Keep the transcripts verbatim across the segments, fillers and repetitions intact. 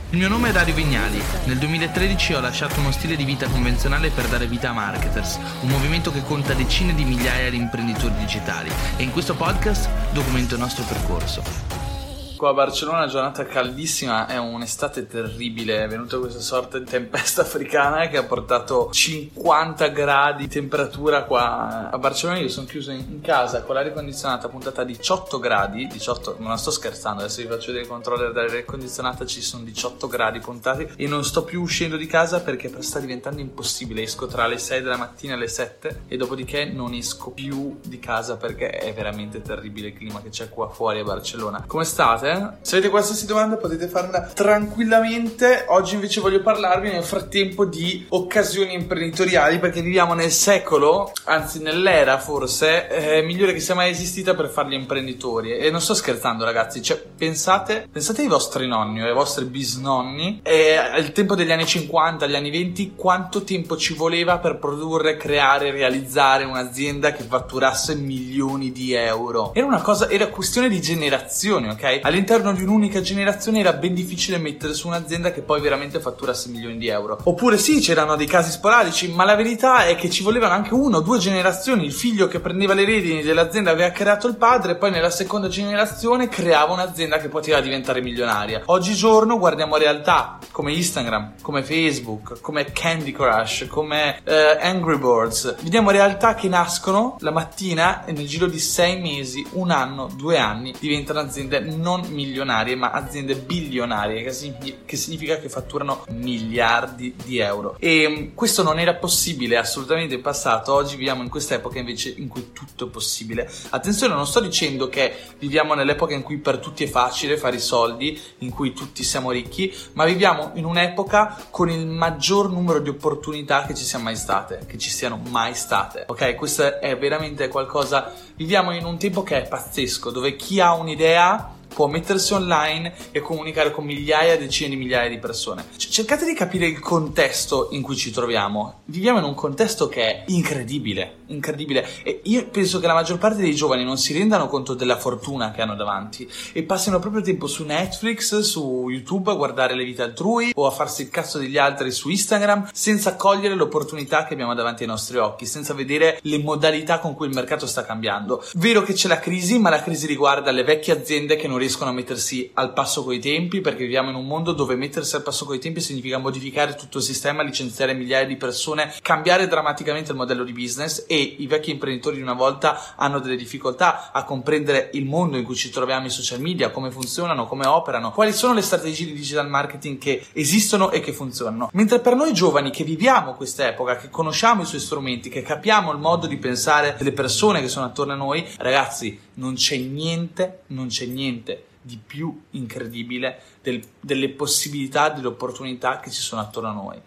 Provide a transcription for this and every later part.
Il mio nome è Dario Vignali. Nel duemilatredici ho lasciato uno stile di vita convenzionale per dare vita a Marketers, un movimento che conta decine di migliaia di imprenditori digitali, e in questo podcast documento il nostro percorso. Qua a Barcellona una giornata caldissima, è un'estate terribile, è venuta questa sorta di tempesta africana che ha portato cinquanta gradi di temperatura qua a Barcellona. Io sono chiuso in casa con l'aria condizionata puntata a diciotto gradi, diciotto, non sto scherzando, adesso vi faccio vedere il controller dell'aria condizionata, ci sono diciotto gradi puntati e non sto più uscendo di casa perché sta diventando impossibile. Esco tra le sei della mattina e le sette e dopodiché non esco più di casa perché è veramente terribile il clima che c'è qua fuori a Barcellona. Come state? Se avete qualsiasi domanda potete farla tranquillamente. Oggi invece voglio parlarvi nel frattempo di occasioni imprenditoriali, perché viviamo nel secolo, anzi nell'era forse eh, migliore che sia mai esistita per fare gli imprenditori. E non sto scherzando, ragazzi, cioè pensate pensate ai vostri nonni o ai vostri bisnonni e al tempo degli anni cinquanta, agli anni venti, quanto tempo ci voleva per produrre, creare, realizzare un'azienda che fatturasse milioni di euro. Era una cosa, era questione di generazioni, ok? All'interno di un'unica generazione era ben difficile mettere su un'azienda che poi veramente fatturasse milioni di euro. Oppure sì, c'erano dei casi sporadici, ma la verità è che ci volevano anche una o due generazioni. Il figlio che prendeva le redini dell'azienda aveva creato il padre, e poi nella seconda generazione creava un'azienda che poteva diventare milionaria. Oggigiorno guardiamo realtà come Instagram, come Facebook, come Candy Crush, come eh, Angry Birds. Vediamo realtà che nascono la mattina e nel giro di sei mesi, un anno, due anni diventano aziende non milionarie ma aziende bilionarie, che significa, che significa che fatturano miliardi di euro. E questo non era possibile assolutamente in passato. Oggi viviamo in quest'epoca invece in cui tutto è possibile. Attenzione, non sto dicendo che viviamo nell'epoca in cui per tutti è facile fare i soldi, in cui tutti siamo ricchi, ma viviamo in un'epoca con il maggior numero di opportunità che ci siano mai state, che ci siano mai state. Ok, questo è veramente qualcosa. Viviamo in un tempo che è pazzesco, dove chi ha un'idea può mettersi online e comunicare con migliaia, decine di migliaia di persone. C- cercate di capire il contesto in cui ci troviamo. Viviamo in un contesto che è incredibile, incredibile. E io penso che la maggior parte dei giovani non si rendano conto della fortuna che hanno davanti e passino proprio tempo su Netflix, su YouTube a guardare le vite altrui o a farsi il cazzo degli altri su Instagram, senza cogliere l'opportunità che abbiamo davanti ai nostri occhi, senza vedere le modalità con cui il mercato sta cambiando. Vero che c'è la crisi, ma la crisi riguarda le vecchie aziende che non riescono a mettersi al passo coi tempi, perché viviamo in un mondo dove mettersi al passo coi tempi significa modificare tutto il sistema, licenziare migliaia di persone, cambiare drammaticamente il modello di business, e i vecchi imprenditori di una volta hanno delle difficoltà a comprendere il mondo in cui ci troviamo, i social media, come funzionano, come operano, quali sono le strategie di digital marketing che esistono e che funzionano. Mentre per noi giovani che viviamo questa epoca, che conosciamo i suoi strumenti, che capiamo il modo di pensare delle persone che sono attorno a noi, ragazzi, non c'è niente, non c'è niente di più incredibile del, delle possibilità, delle opportunità che ci sono attorno a noi.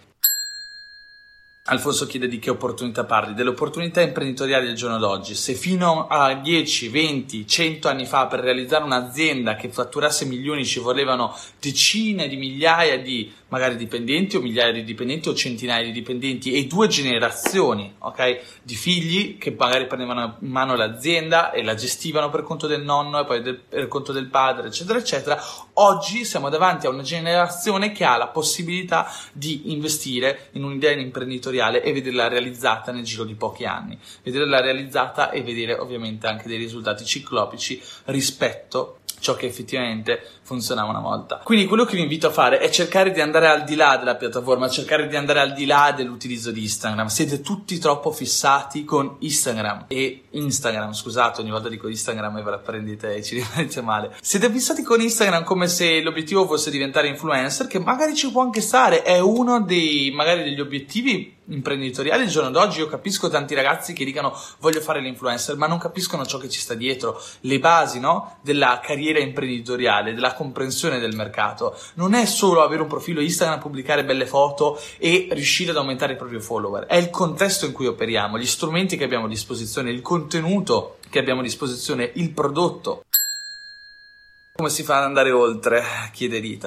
Alfonso chiede di che opportunità parli. Delle opportunità imprenditoriali del giorno d'oggi. Se fino a dieci, venti, cento anni fa per realizzare un'azienda che fatturasse milioni ci volevano decine di migliaia di magari dipendenti o migliaia di dipendenti o centinaia di dipendenti e due generazioni, ok, di figli che magari prendevano in mano l'azienda e la gestivano per conto del nonno e poi del, per conto del padre, eccetera eccetera, oggi siamo davanti a una generazione che ha la possibilità di investire in un'idea imprenditoriale e vederla realizzata nel giro di pochi anni, vederla realizzata e vedere ovviamente anche dei risultati ciclopici rispetto ciò che effettivamente funzionava una volta. Quindi quello che vi invito a fare è cercare di andare al di là della piattaforma, cercare di andare al di là dell'utilizzo di Instagram. Siete tutti troppo fissati con Instagram e Instagram, scusate, ogni volta dico Instagram e ve la prendete e ci rimanete male. Siete fissati con Instagram come se l'obiettivo fosse diventare influencer, che magari ci può anche stare, è uno dei magari degli obiettivi imprenditoriali il giorno d'oggi. Io capisco tanti ragazzi che dicano voglio fare l'influencer, ma non capiscono ciò che ci sta dietro, le basi, no, della carriera imprenditoriale, della comprensione del mercato. Non è solo avere un profilo Instagram, pubblicare belle foto e riuscire ad aumentare i propri follower, è il contesto in cui operiamo, gli strumenti che abbiamo a disposizione, il contenuto che abbiamo a disposizione, il prodotto. Come si fa ad andare oltre? Chiede Rita.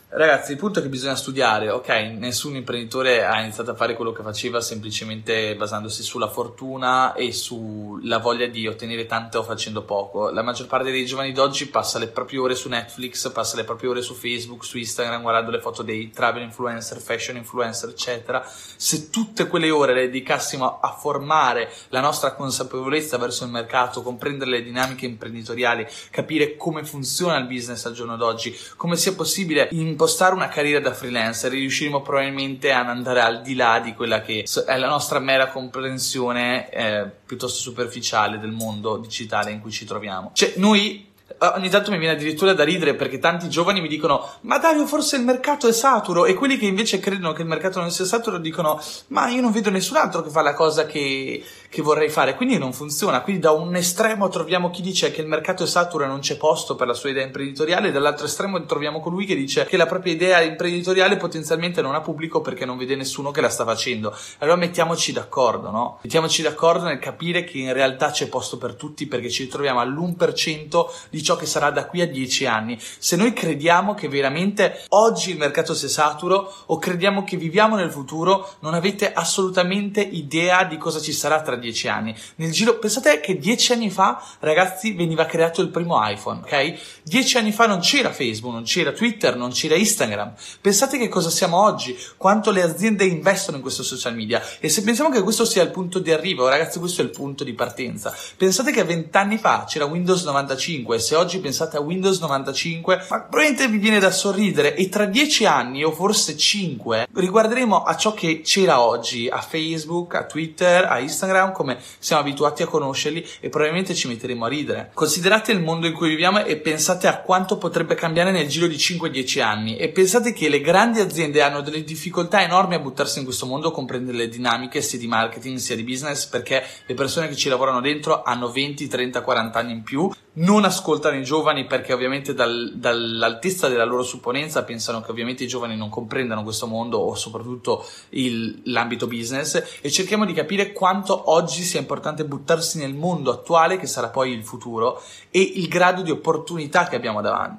Ragazzi, il punto è che bisogna studiare, ok? Nessun imprenditore ha iniziato a fare quello che faceva semplicemente basandosi sulla fortuna e sulla voglia di ottenere tanto facendo poco. La maggior parte dei giovani d'oggi passa le proprie ore su Netflix, passa le proprie ore su Facebook, su Instagram, guardando le foto dei travel influencer, fashion influencer, eccetera. Se tutte quelle ore le dedicassimo a formare la nostra consapevolezza verso il mercato, comprendere le dinamiche imprenditoriali, capire come funziona il business al giorno d'oggi, come sia possibile impostare una carriera da freelancer, riusciremo probabilmente ad andare al di là di quella che è la nostra mera comprensione eh, piuttosto superficiale del mondo digitale in cui ci troviamo. Cioè, noi ogni tanto mi viene addirittura da ridere perché tanti giovani mi dicono: ma Dario, forse il mercato è saturo, e quelli che invece credono che il mercato non sia saturo dicono: ma io non vedo nessun altro che fa la cosa che, che vorrei fare, quindi non funziona. Quindi da un estremo troviamo chi dice che il mercato è saturo e non c'è posto per la sua idea imprenditoriale, e dall'altro estremo troviamo colui che dice che la propria idea imprenditoriale potenzialmente non ha pubblico perché non vede nessuno che la sta facendo. Allora mettiamoci d'accordo, no? Mettiamoci d'accordo nel capire che in realtà c'è posto per tutti, perché ci ritroviamo all'uno per cento di ciò che sarà da qui a dieci anni. Se noi crediamo che veramente oggi il mercato sia saturo o crediamo che viviamo nel futuro, non avete assolutamente idea di cosa ci sarà tra dieci anni. Nel giro, pensate che dieci anni fa, ragazzi, veniva creato il primo iPhone, ok? Dieci anni fa non c'era Facebook, non c'era Twitter, non c'era Instagram. Pensate che cosa siamo oggi, quanto le aziende investono in questo social media, e se pensiamo che questo sia il punto di arrivo, ragazzi, questo è il punto di partenza. Pensate che vent'anni fa c'era Windows novantacinque, se oggi pensate a Windows novantacinque, ma probabilmente vi viene da sorridere, e tra dieci anni o forse cinque riguarderemo a ciò che c'era oggi, a Facebook, a Twitter, a Instagram, come siamo abituati a conoscerli, e probabilmente ci metteremo a ridere. Considerate il mondo in cui viviamo e pensate a quanto potrebbe cambiare nel giro di cinque dieci anni, e pensate che le grandi aziende hanno delle difficoltà enormi a buttarsi in questo mondo, a comprendere le dinamiche sia di marketing sia di business, perché le persone che ci lavorano dentro hanno venti, trenta, quaranta anni in più, non ascoltano i giovani perché ovviamente dal, dall'altezza della loro supponenza pensano che ovviamente i giovani non comprendano questo mondo, o soprattutto il, l'ambito business, e cerchiamo di capire quanto oggi sia importante buttarsi nel mondo attuale, che sarà poi il futuro, e il grado di opportunità che abbiamo davanti.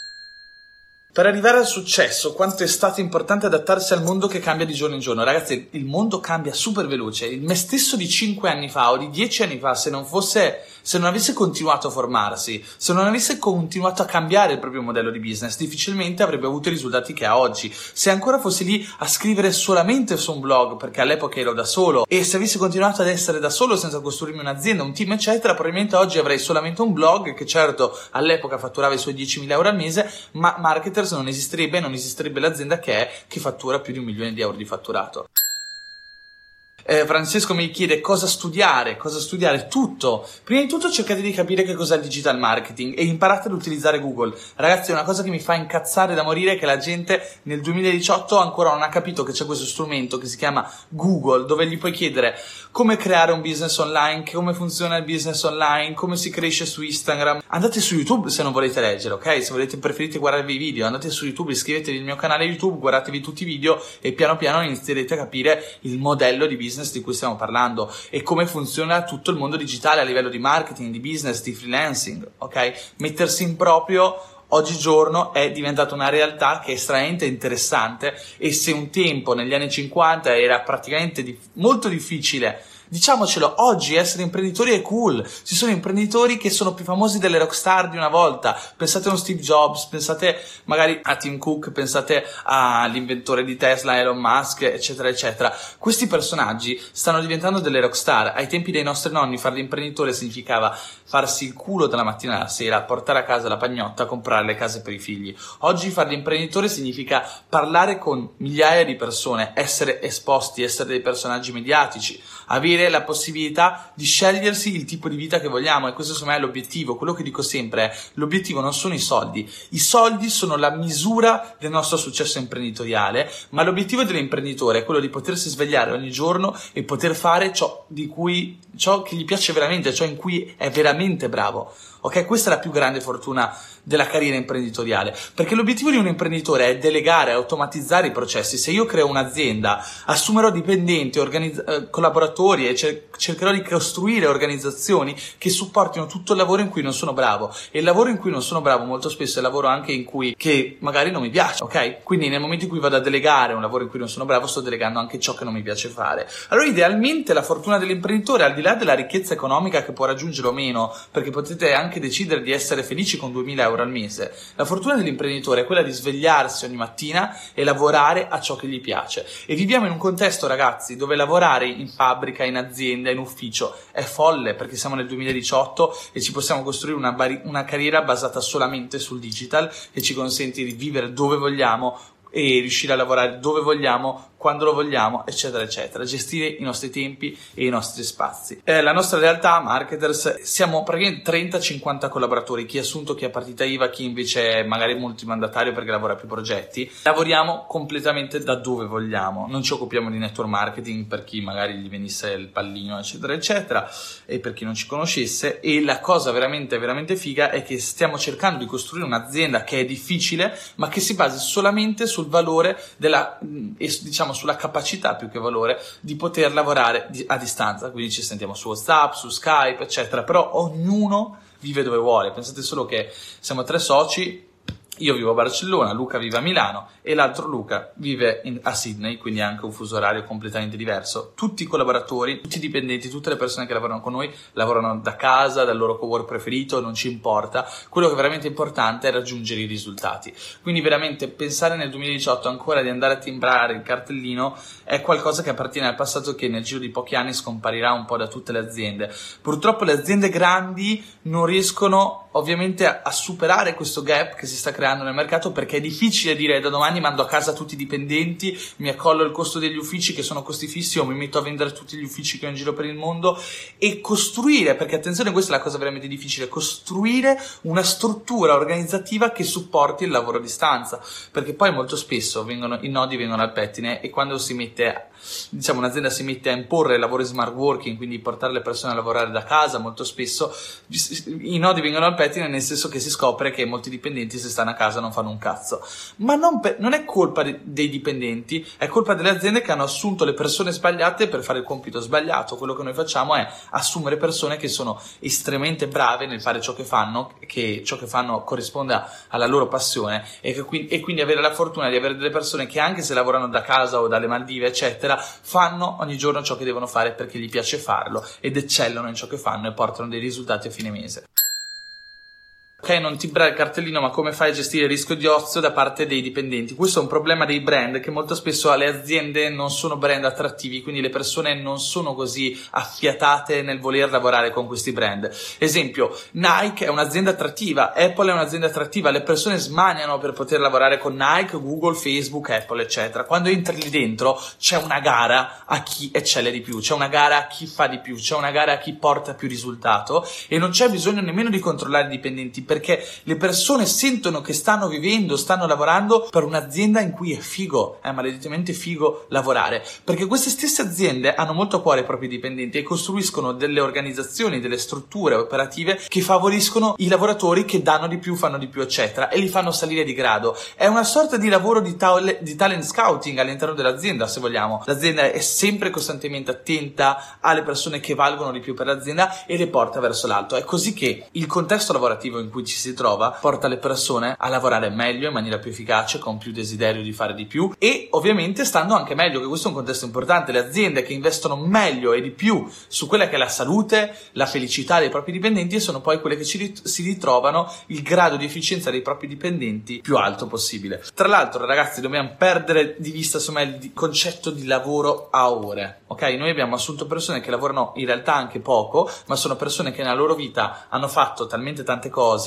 Per arrivare al successo, quanto è stato importante adattarsi al mondo che cambia di giorno in giorno. Ragazzi, il mondo cambia super veloce. Il me stesso di cinque anni fa o di dieci anni fa, se non fosse, se non avesse continuato a formarsi, se non avesse continuato a cambiare il proprio modello di business, difficilmente avrebbe avuto i risultati che ha oggi. Se ancora fossi lì a scrivere solamente su un blog, perché all'epoca ero da solo, e se avessi continuato ad essere da solo senza costruirmi un'azienda, un team, eccetera, probabilmente oggi avrei solamente un blog che certo all'epoca fatturava i suoi diecimila euro al mese, ma marketer non esisterebbe, non esisterebbe l'azienda che è, che fattura più di un milione di euro di fatturato. Eh, Francesco mi chiede cosa studiare, cosa studiare, tutto. Prima di tutto cercate di capire che cos'è il digital marketing e imparate ad utilizzare Google. Ragazzi, è una cosa che mi fa incazzare da morire, che la gente nel duemiladiciotto ancora non ha capito che c'è questo strumento che si chiama Google, dove gli puoi chiedere come creare un business online, come funziona il business online, come si cresce su Instagram. Andate su YouTube se non volete leggere, ok? Se volete, preferite guardarvi i video, andate su YouTube, iscrivetevi al mio canale YouTube, guardatevi tutti i video e piano piano inizierete a capire il modello di business di cui stiamo parlando e come funziona tutto il mondo digitale a livello di marketing, di business, di freelancing, ok? Mettersi in proprio oggigiorno è diventata una realtà che è estremamente interessante, e se un tempo negli anni cinquanta era praticamente di- molto difficile, diciamocelo, oggi essere imprenditori è cool. Ci sono imprenditori che sono più famosi delle rockstar di una volta. Pensate a uno Steve Jobs, pensate magari a Tim Cook, pensate all'inventore di Tesla, Elon Musk, eccetera eccetera. Questi personaggi stanno diventando delle rockstar. Ai tempi dei nostri nonni fare l'imprenditore significava farsi il culo dalla mattina alla sera, portare a casa la pagnotta, comprare le case per i figli. Oggi fare l'imprenditore significa parlare con migliaia di persone, essere esposti, essere dei personaggi mediatici, avere la possibilità di scegliersi il tipo di vita che vogliamo, e questo secondo me è l'obiettivo. Quello che dico sempre è: l'obiettivo non sono i soldi, i soldi sono la misura del nostro successo imprenditoriale, ma l'obiettivo dell'imprenditore è quello di potersi svegliare ogni giorno e poter fare ciò di cui, ciò che gli piace veramente, ciò in cui è veramente bravo. ok? Questa è la più grande fortuna della carriera imprenditoriale, perché l'obiettivo di un imprenditore è delegare, automatizzare i processi. Se io creo un'azienda, assumerò dipendenti, organizz- eh, collaboratori e cer- cercherò di costruire organizzazioni che supportino tutto il lavoro in cui non sono bravo, e il lavoro in cui non sono bravo molto spesso è il lavoro anche in cui che magari non mi piace, ok? Quindi nel momento in cui vado a delegare un lavoro in cui non sono bravo, sto delegando anche ciò che non mi piace fare. Allora idealmente la fortuna dell'imprenditore, al di là della ricchezza economica che può raggiungere o meno, perché potete anche decidere di essere felici con duemila euro al mese, la fortuna dell'imprenditore è quella di svegliarsi ogni mattina e lavorare a ciò che gli piace. E viviamo in un contesto, ragazzi, dove lavorare in fabbrica, in azienda, in ufficio è folle, perché siamo nel duemiladiciotto e ci possiamo costruire una, bar- una carriera basata solamente sul digital, che ci consente di vivere dove vogliamo e riuscire a lavorare dove vogliamo, quando lo vogliamo, eccetera eccetera, gestire i nostri tempi e i nostri spazi. Eh, la nostra realtà, marketers, siamo praticamente trenta cinquanta collaboratori, chi è assunto, chi è partita I V A, chi invece è magari multimandatario perché lavora più progetti. Lavoriamo completamente da dove vogliamo, non ci occupiamo di network marketing per chi magari gli venisse il pallino, eccetera eccetera, e per chi non ci conoscesse. E la cosa veramente veramente figa è che stiamo cercando di costruire un'azienda che è difficile, ma che si basa solamente sul valore della, diciamo, sulla capacità più che valore di poter lavorare a distanza. Quindi ci sentiamo su WhatsApp, su Skype, eccetera, però ognuno vive dove vuole. Pensate solo che siamo tre soci, io vivo a Barcellona, Luca vive a Milano e l'altro Luca vive in, a Sydney, quindi anche un fuso orario completamente diverso. Tutti i collaboratori, tutti i dipendenti, tutte le persone che lavorano con noi lavorano da casa, dal loro cowork preferito, non ci importa. Quello che è veramente importante è raggiungere i risultati. Quindi veramente pensare nel duemiladiciotto ancora di andare a timbrare il cartellino è qualcosa che appartiene al passato, che nel giro di pochi anni scomparirà un po' da tutte le aziende. Purtroppo le aziende grandi non riescono ovviamente a, a superare questo gap che si sta creando nel mercato, perché è difficile dire da domani mando a casa tutti i dipendenti, mi accollo il costo degli uffici che sono costi fissi o mi metto a vendere tutti gli uffici che ho in giro per il mondo, e costruire, perché attenzione, questa è la cosa veramente difficile, costruire una struttura organizzativa che supporti il lavoro a distanza, perché poi molto spesso vengono, i nodi vengono al pettine, e quando si mette, diciamo, un'azienda si mette a imporre il lavoro smart working, quindi portare le persone a lavorare da casa, molto spesso i nodi vengono al pettine, nel senso che si scopre che molti dipendenti, se stanno a casa, non fanno un cazzo. Ma non, per, non è colpa de, dei dipendenti, è colpa delle aziende che hanno assunto le persone sbagliate per fare il compito sbagliato. Quello che noi facciamo è assumere persone che sono estremamente brave nel fare ciò che fanno, che ciò che fanno corrisponda alla loro passione, e, che quindi, e quindi avere la fortuna di avere delle persone che, anche se lavorano da casa o dalle Maldive, eccetera, fanno ogni giorno ciò che devono fare perché gli piace farlo ed eccellono in ciò che fanno e portano dei risultati a fine mese. Ok, non timbrare il cartellino, ma come fai a gestire il rischio di ozio da parte dei dipendenti? Questo è un problema dei brand, che molto spesso le aziende non sono brand attrattivi, quindi le persone non sono così affiatate nel voler lavorare con questi brand. Esempio, Nike è un'azienda attrattiva, Apple è un'azienda attrattiva, le persone smaniano per poter lavorare con Nike, Google, Facebook, Apple, eccetera. Quando entri lì dentro c'è una gara a chi eccelle di più, c'è una gara a chi fa di più, c'è una gara a chi porta più risultato, e non c'è bisogno nemmeno di controllare i dipendenti, perché le persone sentono che stanno vivendo, stanno lavorando per un'azienda in cui è figo, è maledettamente figo lavorare, perché queste stesse aziende hanno molto a cuore i propri dipendenti e costruiscono delle organizzazioni, delle strutture operative che favoriscono i lavoratori, che danno di più, fanno di più, eccetera, e li fanno salire di grado. È una sorta di lavoro di, ta- di talent scouting all'interno dell'azienda, se vogliamo. L'azienda è sempre costantemente attenta alle persone che valgono di più per l'azienda e le porta verso l'alto. È così che il contesto lavorativo in cui ci si trova porta le persone a lavorare meglio, in maniera più efficace, con più desiderio di fare di più, e ovviamente stando anche meglio, che questo è un contesto importante. Le aziende che investono meglio e di più su quella che è la salute, la felicità dei propri dipendenti, sono poi quelle che ci rit- si ritrovano il grado di efficienza dei propri dipendenti più alto possibile. Tra l'altro, ragazzi, dobbiamo perdere di vista insomma il concetto di lavoro a ore, ok? Noi abbiamo assunto persone che lavorano in realtà anche poco, ma sono persone che nella loro vita hanno fatto talmente tante cose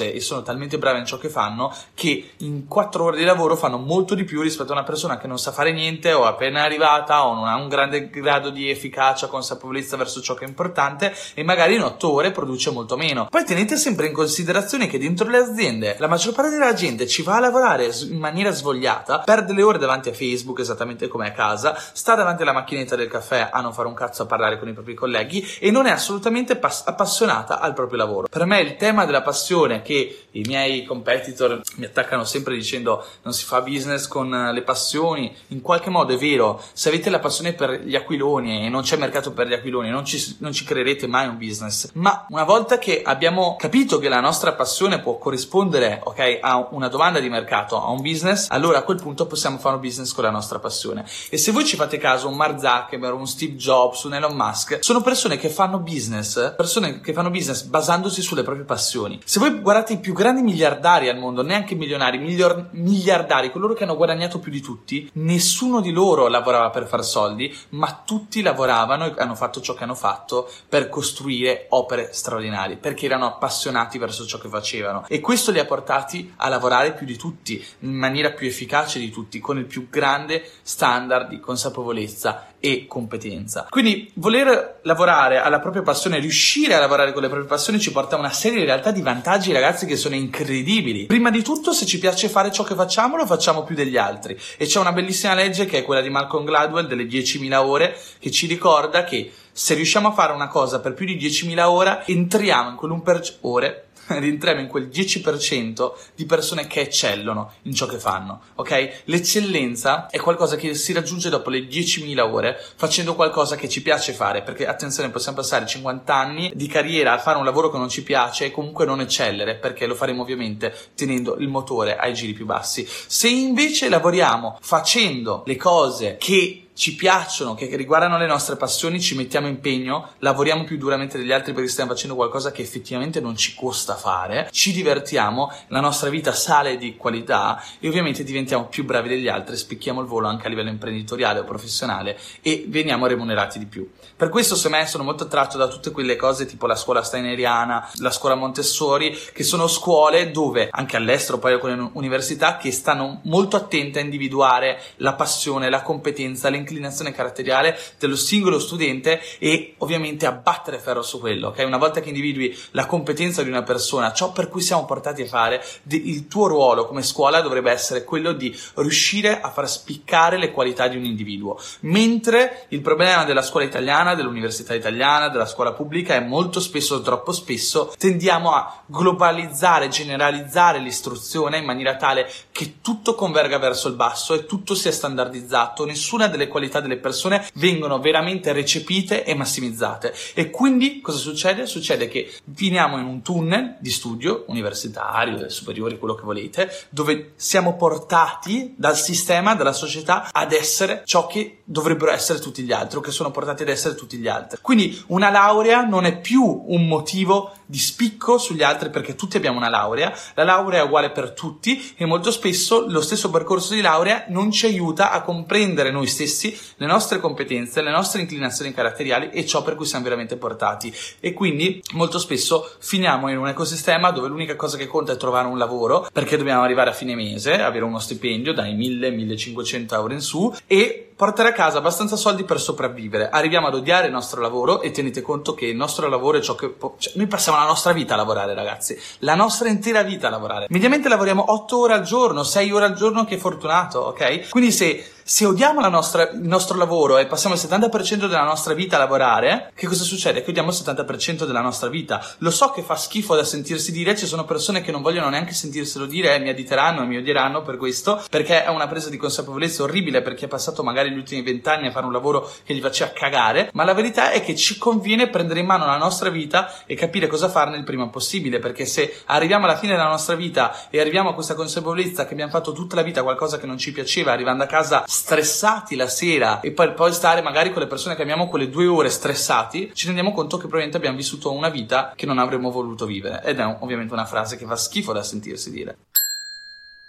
cose e sono talmente bravi in ciò che fanno che in quattro ore di lavoro fanno molto di più rispetto a una persona che non sa fare niente o appena arrivata o non ha un grande grado di efficacia, consapevolezza verso ciò che è importante e magari in otto ore produce molto meno. Poi tenete sempre in considerazione che dentro le aziende la maggior parte della gente ci va a lavorare in maniera svogliata, perde le ore davanti a Facebook esattamente come a casa, sta davanti alla macchinetta del caffè a non fare un cazzo, a parlare con i propri colleghi e non è assolutamente pass- appassionata al proprio lavoro. Per me il tema della passione, che i miei competitor mi attaccano sempre dicendo non si fa business con le passioni, in qualche modo è vero. Se avete la passione per gli aquiloni e non c'è mercato per gli aquiloni non ci, non ci creerete mai un business, ma una volta che abbiamo capito che la nostra passione può corrispondere, ok, a una domanda di mercato, a un business, allora a quel punto possiamo fare un business con la nostra passione. E se voi ci fate caso, un Mark Zuckerberg, un Steve Jobs, un Elon Musk sono persone che fanno business persone che fanno business basandosi sulle proprie passioni. Se voi guardate i più grandi miliardari al mondo, neanche milionari, miglior, miliardari, coloro che hanno guadagnato più di tutti, nessuno di loro lavorava per far soldi, ma tutti lavoravano e hanno fatto ciò che hanno fatto per costruire opere straordinarie, perché erano appassionati verso ciò che facevano, e questo li ha portati a lavorare più di tutti, in maniera più efficace di tutti, con il più grande standard di consapevolezza e competenza. Quindi voler lavorare alla propria passione, riuscire a lavorare con le proprie passioni ci porta a una serie in realtà di vantaggi, ragazzi, che sono incredibili. Prima di tutto, se ci piace fare ciò che facciamo, lo facciamo più degli altri, e c'è una bellissima legge che è quella di Malcolm Gladwell delle diecimila ore, che ci ricorda che se riusciamo a fare una cosa per più di diecimila ore, entriamo in quell'un per cento ore rientriamo in quel dieci per cento di persone che eccellono in ciò che fanno, ok? L'eccellenza è qualcosa che si raggiunge dopo le diecimila ore facendo qualcosa che ci piace fare, perché attenzione, possiamo passare cinquanta anni di carriera a fare un lavoro che non ci piace e comunque non eccellere, perché lo faremo ovviamente tenendo il motore ai giri più bassi. Se invece lavoriamo facendo le cose che ci piacciono, che riguardano le nostre passioni, ci mettiamo impegno, lavoriamo più duramente degli altri perché stiamo facendo qualcosa che effettivamente non ci costa fare, ci divertiamo, la nostra vita sale di qualità e ovviamente diventiamo più bravi degli altri, spicchiamo il volo anche a livello imprenditoriale o professionale e veniamo remunerati di più. Per questo, secondo me, sono molto attratto da tutte quelle cose tipo la scuola steineriana, la scuola Montessori, che sono scuole dove, anche all'estero, poi alcune università, che stanno molto attente a individuare la passione, la competenza, l'inclinazione caratteriale dello singolo studente e ovviamente abbattere ferro su quello, ok? Una volta che individui la competenza di una persona, ciò per cui siamo portati a fare, il tuo ruolo come scuola dovrebbe essere quello di riuscire a far spiccare le qualità di un individuo, mentre il problema della scuola italiana, dell'università italiana, della scuola pubblica è molto spesso, troppo spesso, tendiamo a globalizzare, generalizzare l'istruzione in maniera tale che tutto converga verso il basso e tutto sia standardizzato, nessuna delle qualità delle persone vengono veramente recepite e massimizzate. E quindi cosa succede? Succede che finiamo in un tunnel di studio universitario, superiore, quello che volete, dove siamo portati dal sistema, dalla società ad essere ciò che dovrebbero essere tutti gli altri, o che sono portati ad essere tutti gli altri. Quindi una laurea non è più un motivo di spicco sugli altri, perché tutti abbiamo una laurea, la laurea è uguale per tutti e molto spesso lo stesso percorso di laurea non ci aiuta a comprendere noi stessi, le nostre competenze, le nostre inclinazioni caratteriali e ciò per cui siamo veramente portati, e quindi molto spesso finiamo in un ecosistema dove l'unica cosa che conta è trovare un lavoro, perché dobbiamo arrivare a fine mese, avere uno stipendio dai mille millecinquecento euro in su e portare a casa abbastanza soldi per sopravvivere. Arriviamo ad odiare il nostro lavoro e tenete conto che il nostro lavoro è ciò che po- cioè, noi passiamo la nostra vita a lavorare, ragazzi, la nostra intera vita a lavorare. Mediamente lavoriamo otto ore al giorno, sei ore al giorno, che fortunato, ok? Quindi se Se odiamo la nostra, il nostro lavoro e passiamo il settanta per cento della nostra vita a lavorare, che cosa succede? Che odiamo il settanta per cento della nostra vita. Lo so che fa schifo da sentirsi dire, ci sono persone che non vogliono neanche sentirselo dire e mi additeranno e mi odieranno per questo, perché è una presa di consapevolezza orribile per chi è passato magari gli ultimi vent'anni a fare un lavoro che gli faceva cagare, ma la verità è che ci conviene prendere in mano la nostra vita e capire cosa farne il prima possibile, perché se arriviamo alla fine della nostra vita e arriviamo a questa consapevolezza che abbiamo fatto tutta la vita qualcosa che non ci piaceva, arrivando a casa stressati la sera e poi, poi stare magari con le persone che amiamo quelle due ore stressati, ci rendiamo conto che probabilmente abbiamo vissuto una vita che non avremmo voluto vivere, ed è ovviamente una frase che fa schifo da sentirsi dire.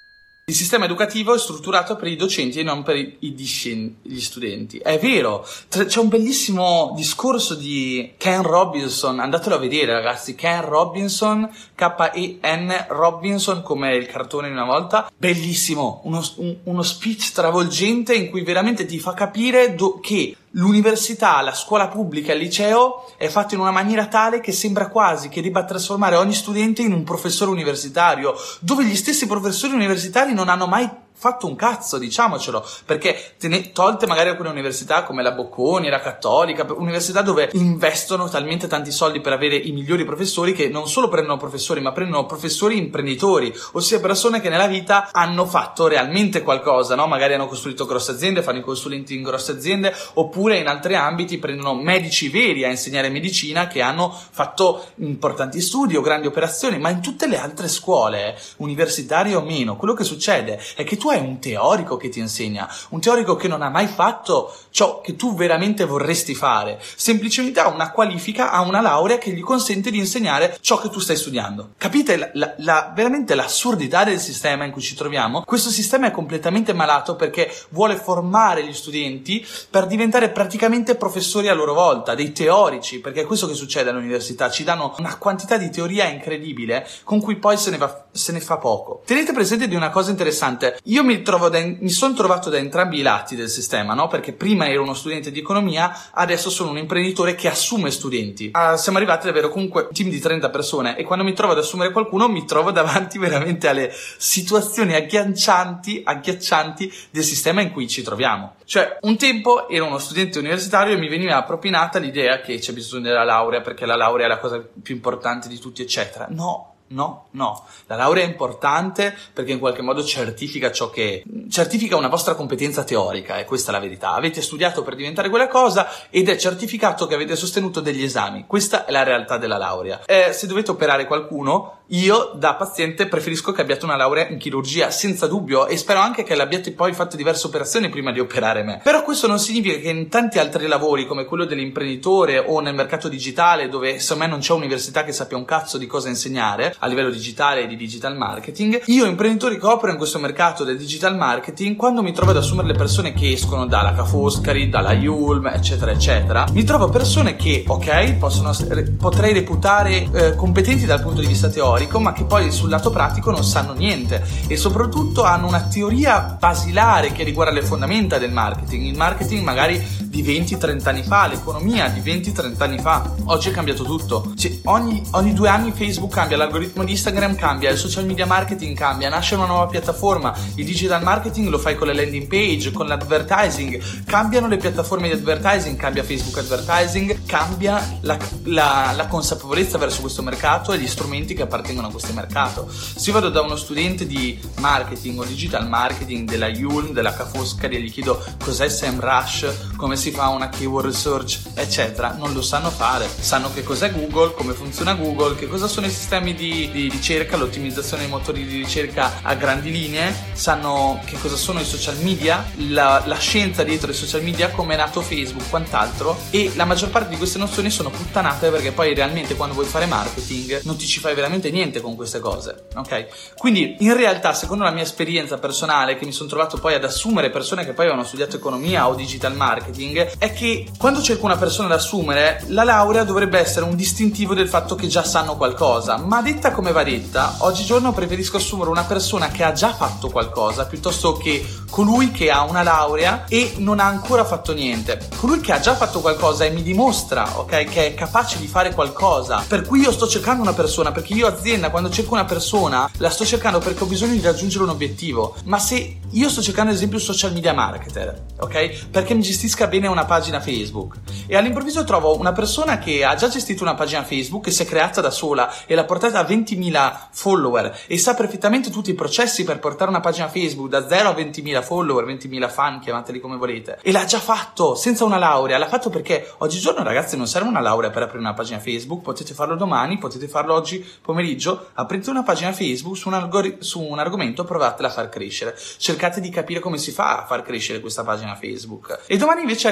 Il sistema educativo è strutturato per i docenti e non per i, i discen- gli studenti. È vero, c'è un bellissimo discorso di Ken Robinson, andatelo a vedere ragazzi, Ken Robinson, K E N Robinson, come il cartone di una volta, bellissimo, uno, un, uno speech travolgente in cui veramente ti fa capire do- che l'università, la scuola pubblica, il liceo è fatto in una maniera tale che sembra quasi che debba trasformare ogni studente in un professore universitario, dove gli stessi professori universitari non hanno mai fatto un cazzo, diciamocelo, perché te ne, tolte magari alcune università come la Bocconi, la Cattolica, università dove investono talmente tanti soldi per avere i migliori professori che non solo prendono professori, ma prendono professori imprenditori, ossia persone che nella vita hanno fatto realmente qualcosa, no? Magari hanno costruito grosse aziende, fanno i consulenti in grosse aziende, oppure in altri ambiti prendono medici veri a insegnare medicina che hanno fatto importanti studi o grandi operazioni. Ma in tutte le altre scuole, universitarie o meno, quello che succede è che tu hai un teorico che ti insegna, un teorico che non ha mai fatto ciò che tu veramente vorresti fare, semplicemente ha una qualifica, ha una laurea che gli consente di insegnare ciò che tu stai studiando. Capite la, la, la, veramente l'assurdità del sistema in cui ci troviamo? Questo sistema è completamente malato perché vuole formare gli studenti per diventare praticamente professori a loro volta, dei teorici, perché è questo che succede all'università, ci danno una quantità di teoria incredibile con cui poi se ne, va, se ne fa poco. Tenete presente di una cosa interessante. Io mi, trovo da, mi sono trovato da entrambi i lati del sistema, no? Perché prima ero uno studente di economia, adesso sono un imprenditore che assume studenti. Uh, siamo arrivati ad avere comunque un team di trenta persone e quando mi trovo ad assumere qualcuno mi trovo davanti veramente alle situazioni agghiaccianti, agghiaccianti del sistema in cui ci troviamo. Cioè, un tempo ero uno studente universitario e mi veniva propinata l'idea che c'è bisogno della laurea perché la laurea è la cosa più importante di tutti, eccetera. No. No, no, la laurea è importante perché in qualche modo certifica ciò che certifica una vostra competenza teorica, e questa è la verità. Avete studiato per diventare quella cosa ed è certificato che avete sostenuto degli esami. Questa è la realtà della laurea. Eh, se dovete operare qualcuno, io da paziente preferisco che abbiate una laurea in chirurgia, senza dubbio, e spero anche che l'abbiate poi fatto diverse operazioni prima di operare me. Però questo non significa che in tanti altri lavori come quello dell'imprenditore o nel mercato digitale, dove secondo me non c'è università che sappia un cazzo di cosa insegnare a livello digitale e di digital marketing, io imprenditore che opero in questo mercato del digital marketing, quando mi trovo ad assumere le persone che escono dalla Ca' Foscari, dalla Yulm, eccetera eccetera, mi trovo persone che, ok, possono potrei reputare eh, competenti dal punto di vista teorico, ma che poi sul lato pratico non sanno niente e soprattutto hanno una teoria basilare che riguarda le fondamenta del marketing. Il marketing magari di venti trenta anni fa, l'economia di venti trenta anni fa. Oggi è cambiato tutto. Cioè, ogni, ogni due anni Facebook cambia, l'algoritmo di Instagram cambia, il social media marketing cambia, nasce una nuova piattaforma, il digital marketing lo fai con le landing page, con l'advertising, cambiano le piattaforme di advertising, cambia Facebook Advertising, cambia la, la, la consapevolezza verso questo mercato e gli strumenti che appartengono a questo mercato. Se io vado da uno studente di marketing o digital marketing della Yulm, della Ca' Foscari e gli chiedo cos'è SEMrush, come si fa una keyword research, eccetera, non lo sanno fare. Sanno che cos'è Google, come funziona Google, che cosa sono i sistemi di, di ricerca, l'ottimizzazione dei motori di ricerca a grandi linee, sanno che cosa sono i social media, la, la scienza dietro i social media, come è nato Facebook, quant'altro, e la maggior parte di queste nozioni sono puttanate perché poi realmente quando vuoi fare marketing non ti ci fai veramente niente con queste cose, ok? Quindi in realtà, secondo la mia esperienza personale, che mi sono trovato poi ad assumere persone che poi avevano studiato economia o digital marketing, è che quando cerco una persona da assumere, la laurea dovrebbe essere un distintivo del fatto che già sanno qualcosa, ma detta come va detta, oggigiorno preferisco assumere una persona che ha già fatto qualcosa piuttosto che colui che ha una laurea e non ha ancora fatto niente. Colui che ha già fatto qualcosa e mi dimostra, ok, che è capace di fare qualcosa, per cui io sto cercando una persona, perché io azienda quando cerco una persona la sto cercando perché ho bisogno di raggiungere un obiettivo. Ma se io sto cercando ad esempio un social media marketer, ok, perché mi gestisca bene una pagina Facebook, e all'improvviso trovo una persona che ha già gestito una pagina Facebook, che si è creata da sola e l'ha portata a ventimila follower e sa perfettamente tutti i processi per portare una pagina Facebook da zero a ventimila follower, ventimila fan, chiamateli come volete, e l'ha già fatto senza una laurea. L'ha fatto perché oggigiorno, ragazzi, non serve una laurea per aprire una pagina Facebook, potete farlo domani, potete farlo oggi pomeriggio, aprite una pagina Facebook su un, algori- su un argomento, provatela a far crescere, cercate di capire come si fa a far crescere questa pagina Facebook, e domani invece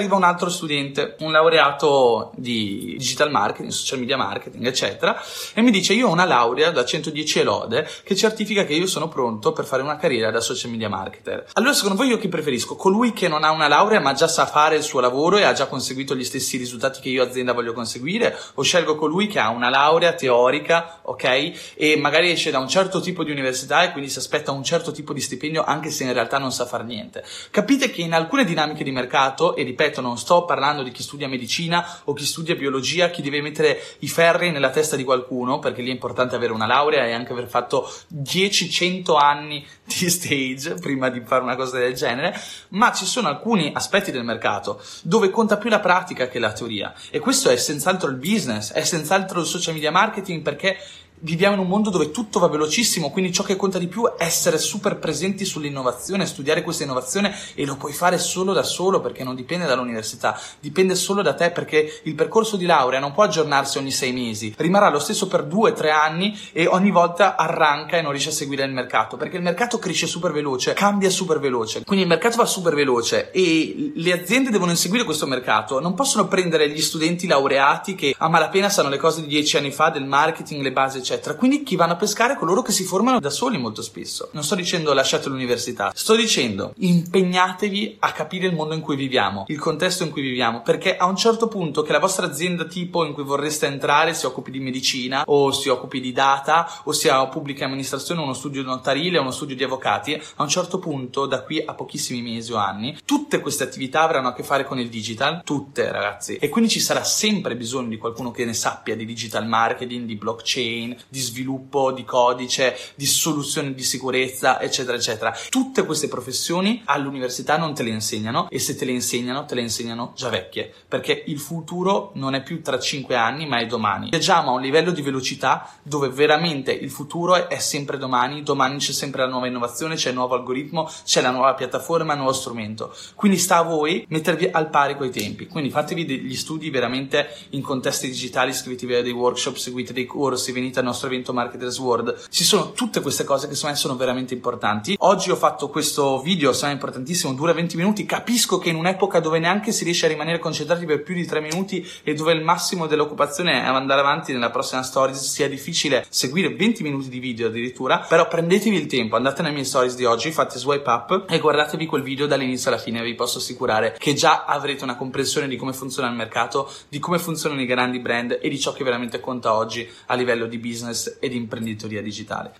arriva un altro studente, un laureato di digital marketing, social media marketing, eccetera, e mi dice: io ho una laurea da centodieci e lode che certifica che io sono pronto per fare una carriera da social media marketer. Allora, secondo voi io chi preferisco? Colui che non ha una laurea ma già sa fare il suo lavoro e ha già conseguito gli stessi risultati che io azienda voglio conseguire, o scelgo colui che ha una laurea teorica, ok, e magari esce da un certo tipo di università e quindi si aspetta un certo tipo di stipendio anche se in realtà non sa far niente? Capite che in alcune dinamiche di mercato, e ripeto, non sto parlando di chi studia medicina o chi studia biologia, chi deve mettere i ferri nella testa di qualcuno, perché lì è importante avere una laurea e anche aver fatto dieci cento anni di stage prima di fare una cosa del genere, ma ci sono alcuni aspetti del mercato dove conta più la pratica che la teoria, e questo è senz'altro il business, è senz'altro il social media marketing, perché viviamo in un mondo dove tutto va velocissimo, quindi ciò che conta di più è essere super presenti sull'innovazione, studiare questa innovazione, e lo puoi fare solo da solo perché non dipende dall'università, dipende solo da te, perché il percorso di laurea non può aggiornarsi ogni sei mesi, rimarrà lo stesso per due tre anni e ogni volta arranca e non riesce a seguire il mercato, perché il mercato cresce super veloce, cambia super veloce, quindi il mercato va super veloce e le aziende devono inseguire questo mercato, non possono prendere gli studenti laureati che a malapena sanno le cose di dieci anni fa del marketing, le basi eccetera. Quindi chi vanno a pescare? Coloro che si formano da soli molto spesso. Non sto dicendo lasciate l'università, sto dicendo impegnatevi a capire il mondo in cui viviamo, il contesto in cui viviamo, perché a un certo punto che la vostra azienda tipo in cui vorreste entrare si occupi di medicina o si occupi di data o sia pubblica amministrazione, uno studio notarile, uno studio di avvocati, a un certo punto, da qui a pochissimi mesi o anni, tutte queste attività avranno a che fare con il digital, tutte ragazzi, e quindi ci sarà sempre bisogno di qualcuno che ne sappia di digital marketing, di blockchain, di sviluppo di codice, di soluzioni di sicurezza, eccetera eccetera. Tutte queste professioni all'università non te le insegnano, e se te le insegnano te le insegnano già vecchie, perché il futuro non è più tra cinque anni ma è domani. Viaggiamo a un livello di velocità dove veramente il futuro è sempre domani, domani c'è sempre la nuova innovazione, c'è il nuovo algoritmo, c'è la nuova piattaforma, il nuovo strumento, quindi sta a voi mettervi al pari coi tempi. Quindi fatevi degli studi veramente in contesti digitali, iscrivetevi a dei workshop, seguite dei corsi, venite al nostro evento Marketers World. Ci sono tutte queste cose che secondo me sono veramente importanti. Oggi ho fatto questo video, secondo me importantissimo, dura venti minuti. Capisco che in un'epoca dove neanche si riesce a rimanere concentrati per più di tre minuti e dove il massimo dell'occupazione è andare avanti nella prossima stories sia difficile seguire venti minuti di video addirittura, però prendetevi il tempo, andate nelle mie stories di oggi, fate swipe up e guardatevi quel video dall'inizio alla fine. Vi posso assicurare che già avrete una comprensione di come funziona il mercato, di come funzionano i grandi brand e di ciò che veramente conta oggi a livello di business e di imprenditoria digitale.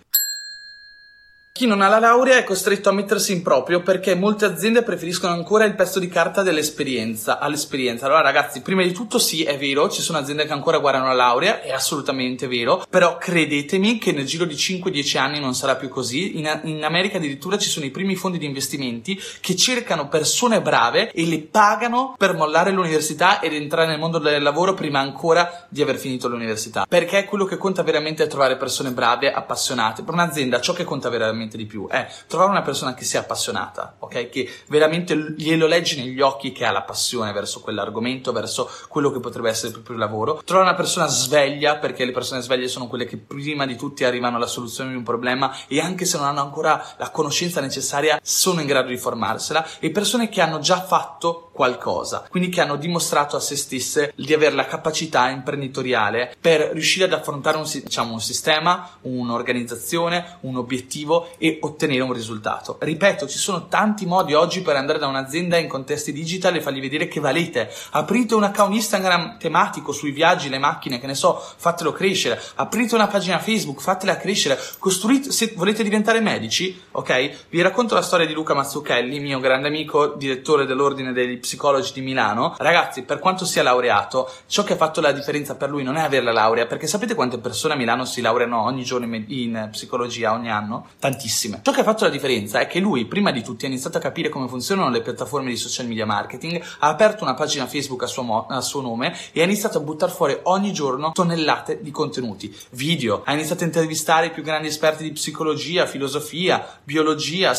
Chi non ha la laurea è costretto a mettersi in proprio perché molte aziende preferiscono ancora il pezzo di carta dell'esperienza all'esperienza. Allora ragazzi, prima di tutto sì, è vero, ci sono aziende che ancora guardano la laurea, è assolutamente vero, però credetemi che nel giro di cinque dieci anni non sarà più così. In, in America addirittura ci sono i primi fondi di investimenti che cercano persone brave e le pagano per mollare l'università ed entrare nel mondo del lavoro prima ancora di aver finito l'università, perché quello che conta veramente è trovare persone brave, appassionate. Per un'azienda ciò che conta veramente di più è trovare una persona che sia appassionata, ok? Che veramente glielo leggi negli occhi che ha la passione verso quell'argomento, verso quello che potrebbe essere il proprio lavoro. Trovare una persona sveglia, perché le persone sveglie sono quelle che prima di tutti arrivano alla soluzione di un problema e anche se non hanno ancora la conoscenza necessaria sono in grado di formarsela, e persone che hanno già fatto qualcosa, quindi che hanno dimostrato a se stesse di avere la capacità imprenditoriale per riuscire ad affrontare un, diciamo, un sistema, un'organizzazione, un obiettivo e ottenere un risultato. Ripeto, ci sono tanti modi oggi per andare da un'azienda in contesti digital e fargli vedere che valete. Aprite un account Instagram tematico sui viaggi, le macchine, che ne so, fatelo crescere. Aprite una pagina Facebook, fatela crescere. Costruite, se volete diventare medici, ok? Vi racconto la storia di Luca Mazzucchelli, mio grande amico, direttore dell'Ordine degli Psicologi di Milano. Ragazzi, per quanto sia laureato, ciò che ha fatto la differenza per lui non è avere la laurea, perché sapete quante persone a Milano si laureano ogni giorno in, in psicologia ogni anno? Tantissime. Ciò che ha fatto la differenza è che lui, prima di tutti, ha iniziato a capire come funzionano le piattaforme di social media marketing, ha aperto una pagina Facebook a suo, mo- a suo nome e ha iniziato a buttare fuori ogni giorno tonnellate di contenuti, video, ha iniziato a intervistare i più grandi esperti di psicologia, filosofia, biologia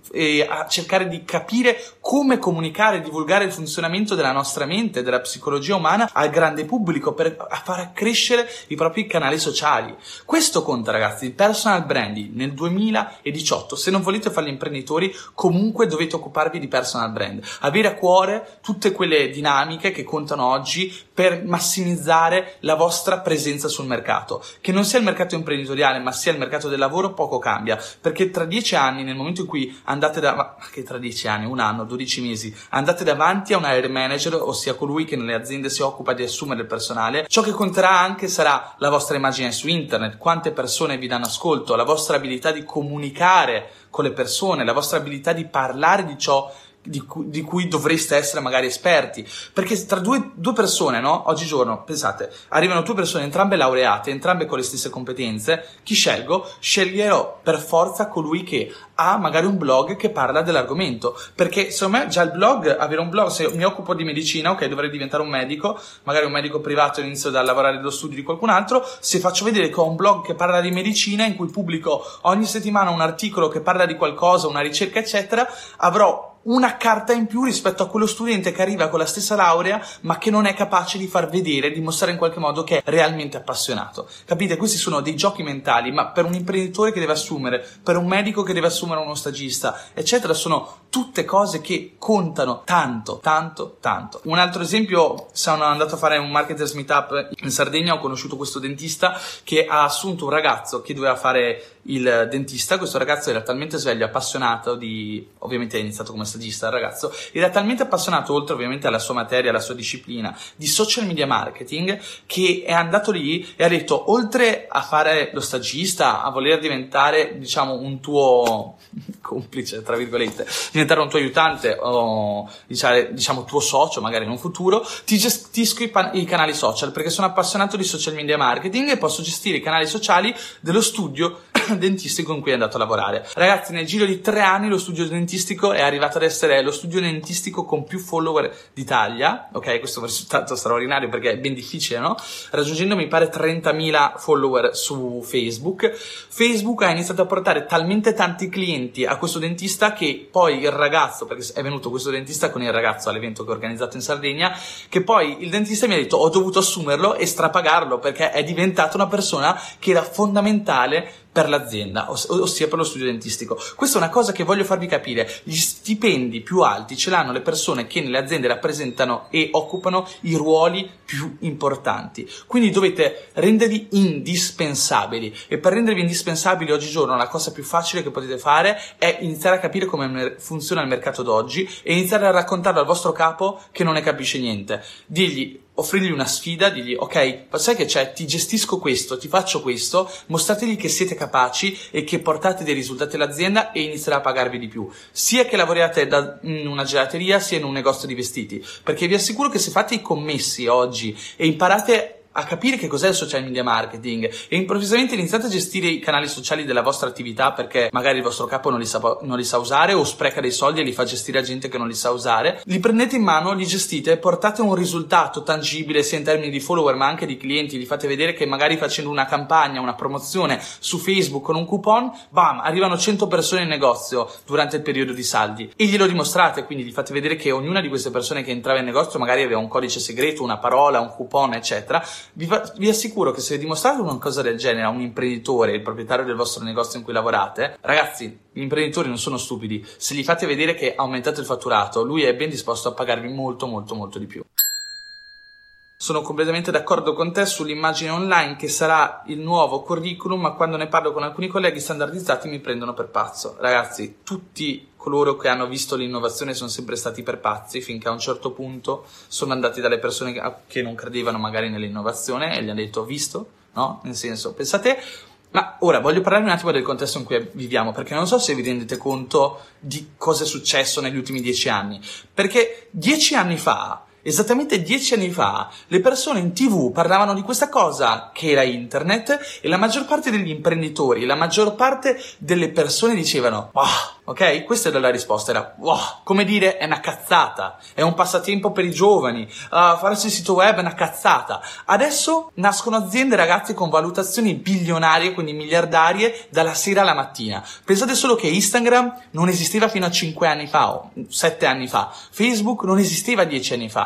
e a cercare di capire come comunicare e divulgare il funzionamento della nostra mente, della psicologia umana al grande pubblico, per far crescere i propri canali sociali. Questo conta, ragazzi. Il personal branding nel duemila duemiladiciotto. Se non volete fare gli imprenditori, comunque dovete occuparvi di personal brand, avere a cuore tutte quelle dinamiche che contano oggi per massimizzare la vostra presenza sul mercato. Che non sia il mercato imprenditoriale ma sia il mercato del lavoro, poco cambia, perché tra dieci anni, nel momento in cui andate da ma che tra dieci anni, un anno, dodici mesi, andate davanti a un hiring manager, ossia colui che nelle aziende si occupa di assumere il personale, ciò che conterà anche sarà la vostra immagine su internet, quante persone vi danno ascolto, la vostra abilità di comunicare con le persone, la vostra abilità di parlare di ciò Di cui, di cui dovreste essere magari esperti, perché tra due, due persone, no? Oggigiorno, pensate, arrivano due persone entrambe laureate, entrambe con le stesse competenze, chi scelgo? Sceglierò per forza colui che ha magari un blog che parla dell'argomento, perché secondo me già il blog, avere un blog, se mi occupo di medicina, ok, dovrei diventare un medico, magari un medico privato, inizio da lavorare nello studio di qualcun altro, se faccio vedere che ho un blog che parla di medicina in cui pubblico ogni settimana un articolo che parla di qualcosa, una ricerca eccetera, avrò una carta in più rispetto a quello studente che arriva con la stessa laurea ma che non è capace di far vedere, di mostrare in qualche modo che è realmente appassionato. Capite? Questi sono dei giochi mentali, ma per un imprenditore che deve assumere, per un medico che deve assumere uno stagista, eccetera, sono tutte cose che contano tanto, tanto, tanto. Un altro esempio, sono andato a fare un marketers meetup in Sardegna, ho conosciuto questo dentista che ha assunto un ragazzo che doveva fare il dentista. Questo ragazzo era talmente sveglio, appassionato di, ovviamente è iniziato come stagista il ragazzo, era talmente appassionato, oltre ovviamente alla sua materia, alla sua disciplina di social media marketing, che è andato lì e ha detto, oltre a fare lo stagista, a voler diventare diciamo un tuo complice, tra virgolette, diventare un tuo aiutante o diciamo, diciamo tuo socio magari in un futuro, ti gestisco i, pan- i canali social, perché sono appassionato di social media marketing e posso gestire i canali sociali dello studio dentistico in cui è andato a lavorare. Ragazzi, nel giro di tre anni lo studio dentistico è arrivato ad essere lo studio dentistico con più follower d'Italia, ok? Questo è un risultato straordinario perché è ben difficile, no? Raggiungendo mi pare trentamila follower su Facebook. Facebook ha iniziato a portare talmente tanti clienti a questo dentista che poi il ragazzo, perché è venuto questo dentista con il ragazzo all'evento che ho organizzato in Sardegna, che poi il dentista mi ha detto ho dovuto assumerlo e strapagarlo perché è diventata una persona che era fondamentale per l'azienda, ossia per lo studio dentistico. Questa è una cosa che voglio farvi capire: gli stipendi più alti ce l'hanno le persone che nelle aziende rappresentano e occupano i ruoli più importanti, quindi dovete rendervi indispensabili, e per rendervi indispensabili oggigiorno la cosa più facile che potete fare è iniziare a capire come funziona il mercato d'oggi e iniziare a raccontarlo al vostro capo che non ne capisce niente. Digli, offrirgli una sfida, digli ok, sai che c'è, ti gestisco questo, ti faccio questo, mostrategli che siete capaci e che portate dei risultati all'azienda e inizierà a pagarvi di più, sia che lavoriate da, in una gelateria sia in un negozio di vestiti, perché vi assicuro che se fate i commessi oggi e imparate a capire che cos'è il social media marketing e improvvisamente iniziate a gestire i canali sociali della vostra attività perché magari il vostro capo non li sa, non li sa usare o spreca dei soldi e li fa gestire a gente che non li sa usare, li prendete in mano, li gestite, portate un risultato tangibile sia in termini di follower ma anche di clienti, li fate vedere che magari facendo una campagna, una promozione su Facebook con un coupon, bam, arrivano cento persone in negozio durante il periodo di saldi e glielo dimostrate, quindi gli fate vedere che ognuna di queste persone che entrava in negozio magari aveva un codice segreto, una parola, un coupon eccetera. Vi, fa, vi assicuro che se dimostrate una cosa del genere a un imprenditore, il proprietario del vostro negozio in cui lavorate, ragazzi, gli imprenditori non sono stupidi, se gli fate vedere che aumentate il fatturato, lui è ben disposto a pagarvi molto molto molto di più. Sono completamente d'accordo con te sull'immagine online che sarà il nuovo curriculum, ma quando ne parlo con alcuni colleghi standardizzati mi prendono per pazzo. Ragazzi, tutti coloro che hanno visto l'innovazione sono sempre stati per pazzi, finché a un certo punto sono andati dalle persone che non credevano magari nell'innovazione e gli hanno detto visto? No? Nel senso, pensate. Ma ora voglio parlarvi un attimo del contesto in cui viviamo, perché non so se vi rendete conto di cosa è successo negli ultimi dieci anni, perché dieci anni fa esattamente dieci anni fa le persone in tv parlavano di questa cosa che era internet e la maggior parte degli imprenditori, la maggior parte delle persone dicevano wow, ok? Questa era la risposta, era wow, come dire è una cazzata, è un passatempo per i giovani, uh, farsi il sito web è una cazzata. Adesso nascono aziende, ragazzi, con valutazioni bilionarie, quindi miliardarie, dalla sera alla mattina. Pensate solo che Instagram non esisteva fino a cinque anni fa o sette anni fa, Facebook non esisteva dieci anni fa.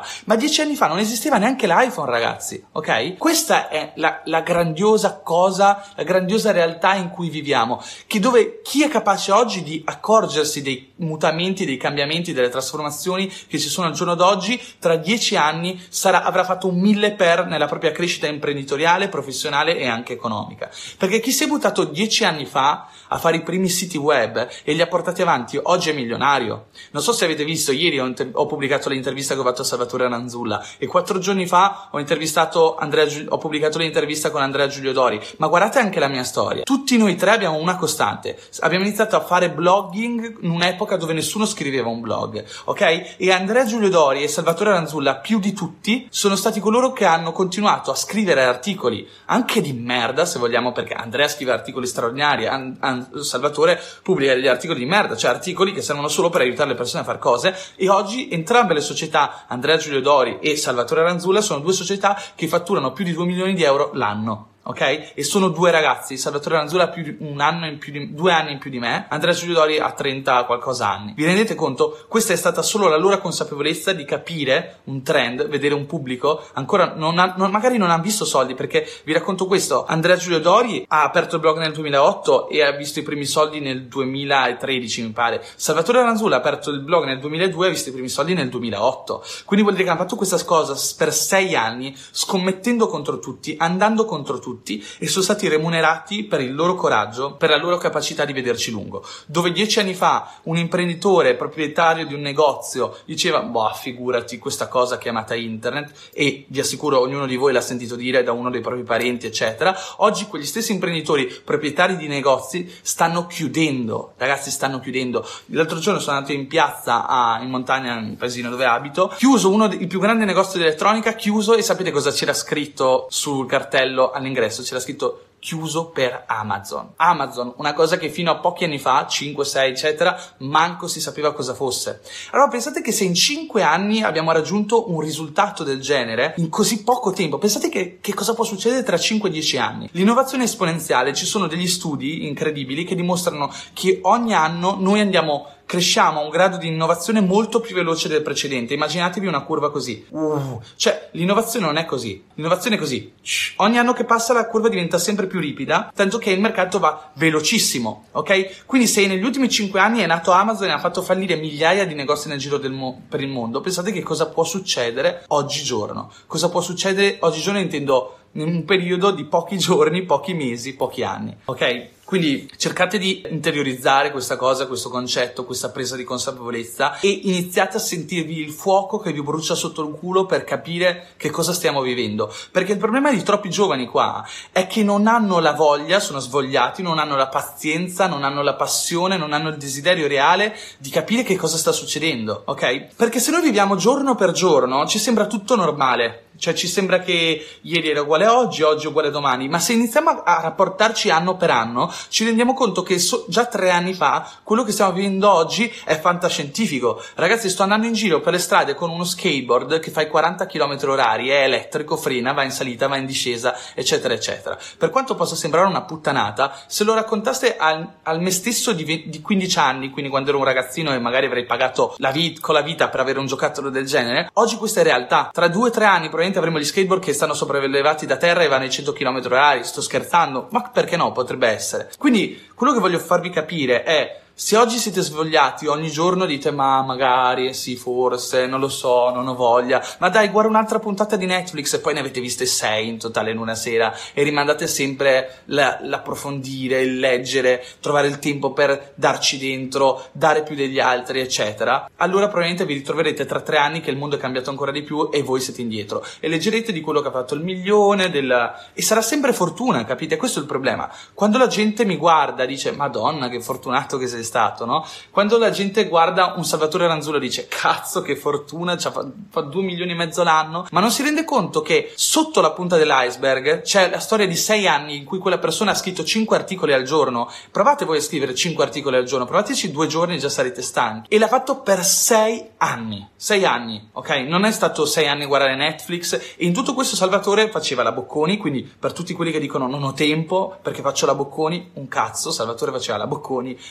Ma dieci anni fa non esisteva neanche l'iPhone, ragazzi, ok? Questa è la, la grandiosa cosa, la grandiosa realtà in cui viviamo, che dove chi è capace oggi di accorgersi dei mutamenti, dei cambiamenti, delle trasformazioni che ci sono al giorno d'oggi, tra dieci anni sarà, avrà fatto un mille per nella propria crescita imprenditoriale, professionale e anche economica. Perché chi si è buttato dieci anni fa a fare i primi siti web e li ha portati avanti, oggi è milionario. Non so se avete visto, ieri ho, inter- ho pubblicato l'intervista che ho fatto a Salvatore Ranzulla e quattro giorni fa ho intervistato Andrea Giul- ho pubblicato l'intervista con Andrea Giulio Dori. Ma guardate anche la mia storia. Tutti noi tre abbiamo una costante. Abbiamo iniziato a fare blogging in un'epoca dove nessuno scriveva un blog, ok? E Andrea Giulio Dori e Salvatore Ranzulla, più di tutti, sono stati coloro che hanno continuato a scrivere articoli, anche di merda se vogliamo, perché Andrea scrive articoli straordinari, an- an- Salvatore pubblica degli articoli di merda, cioè articoli che servono solo per aiutare le persone a fare cose, e oggi entrambe le società, Andrea Giulio Dori e Salvatore Ranzulla, sono due società che fatturano più di due milioni di euro l'anno. Ok? E sono due ragazzi. Salvatore Ranzulla ha più di un anno in più di, due anni in più di me. Andrea Giulio Dori ha trenta qualcosa anni. Vi rendete conto? Questa è stata solo la loro consapevolezza di capire un trend, vedere un pubblico. Ancora non ha, non, magari non ha visto soldi, perché vi racconto questo. Andrea Giulio Dori ha aperto il blog nel duemilaotto e ha visto i primi soldi nel duemilatredici, mi pare. Salvatore Ranzulla ha aperto il blog nel duemiladue e ha visto i primi soldi nel duemilaotto. Quindi vuol dire che hanno fatto questa cosa per sei anni, scommettendo contro tutti, andando contro tutti, e sono stati remunerati per il loro coraggio, per la loro capacità di vederci lungo. Dove dieci anni fa un imprenditore proprietario di un negozio diceva boh, figurati, questa cosa chiamata internet, e vi assicuro ognuno di voi l'ha sentito dire da uno dei propri parenti eccetera, oggi quegli stessi imprenditori proprietari di negozi stanno chiudendo, ragazzi, stanno chiudendo. L'altro giorno sono andato in piazza a, in montagna, nel paesino dove abito, chiuso uno dei più grandi negozi di elettronica, chiuso, e sapete cosa c'era scritto sul cartello all'ingresso? C'era scritto chiuso per Amazon. Amazon, una cosa che fino a pochi anni fa, cinque, sei, eccetera, manco si sapeva cosa fosse. Allora pensate che se in cinque anni abbiamo raggiunto un risultato del genere, in così poco tempo, pensate che, che cosa può succedere tra cinque dieci anni. L'innovazione esponenziale, ci sono degli studi incredibili che dimostrano che ogni anno noi andiamo cresciamo a un grado di innovazione molto più veloce del precedente. Immaginatevi una curva così. Uh, cioè, l'innovazione non è così. L'innovazione è così. Shh. Ogni anno che passa la curva diventa sempre più ripida, tanto che il mercato va velocissimo, ok? Quindi se negli ultimi cinque anni è nato Amazon e ha fatto fallire migliaia di negozi nel giro del mo- per il mondo, pensate che cosa può succedere oggigiorno. Cosa può succedere oggigiorno, intendo in un periodo di pochi giorni, pochi mesi, pochi anni, ok? Quindi cercate di interiorizzare questa cosa, questo concetto, questa presa di consapevolezza, e iniziate a sentirvi il fuoco che vi brucia sotto il culo per capire che cosa stiamo vivendo. Perché il problema di troppi giovani qua è che non hanno la voglia, sono svogliati, non hanno la pazienza, non hanno la passione, non hanno il desiderio reale di capire che cosa sta succedendo, ok? Perché se noi viviamo giorno per giorno ci sembra tutto normale. Cioè ci sembra che ieri era uguale a oggi, oggi è uguale a domani, ma se iniziamo a, a rapportarci anno per anno ci rendiamo conto che so, già tre anni fa quello che stiamo vivendo oggi è fantascientifico. Ragazzi, sto andando in giro per le strade con uno skateboard che fa i quaranta chilometri orari, è elettrico, frena, va in salita, va in discesa, eccetera eccetera. Per quanto possa sembrare una puttanata, se lo raccontaste al, al me stesso di, ve, di quindici anni, quindi quando ero un ragazzino e magari avrei pagato la vit, con la vita per avere un giocattolo del genere, oggi questa è realtà. Tra due o tre anni probabilmente avremo gli skateboard che stanno sopraelevati da terra e vanno ai cento chilometri orari. Sto scherzando, ma perché no, potrebbe essere. Quindi quello che voglio farvi capire è: se oggi siete svogliati, ogni giorno dite ma magari, sì forse, non lo so, non ho voglia, ma dai guarda un'altra puntata di Netflix, e poi ne avete viste sei in totale in una sera e rimandate sempre la, l'approfondire, il leggere, trovare il tempo per darci dentro, dare più degli altri eccetera, allora probabilmente vi ritroverete tra tre anni che il mondo è cambiato ancora di più e voi siete indietro e leggerete di quello che ha fatto il milione del... e sarà sempre fortuna, capite? Questo è il problema. Quando la gente mi guarda dice madonna che fortunato che sei stato, no? Quando la gente guarda un Salvatore Ranzulla dice cazzo che fortuna, cioè, fa, fa due milioni e mezzo l'anno, ma non si rende conto che sotto la punta dell'iceberg c'è la storia di sei anni in cui quella persona ha scritto cinque articoli al giorno. Provate voi a scrivere cinque articoli al giorno, provateci due giorni e già sarete stanchi, e l'ha fatto per sei anni, sei anni, ok? Non è stato sei anni a guardare Netflix, e in tutto questo Salvatore faceva la Bocconi, quindi per tutti quelli che dicono non ho tempo perché faccio la Bocconi, un cazzo, Salvatore faceva la Bocconi, è uscito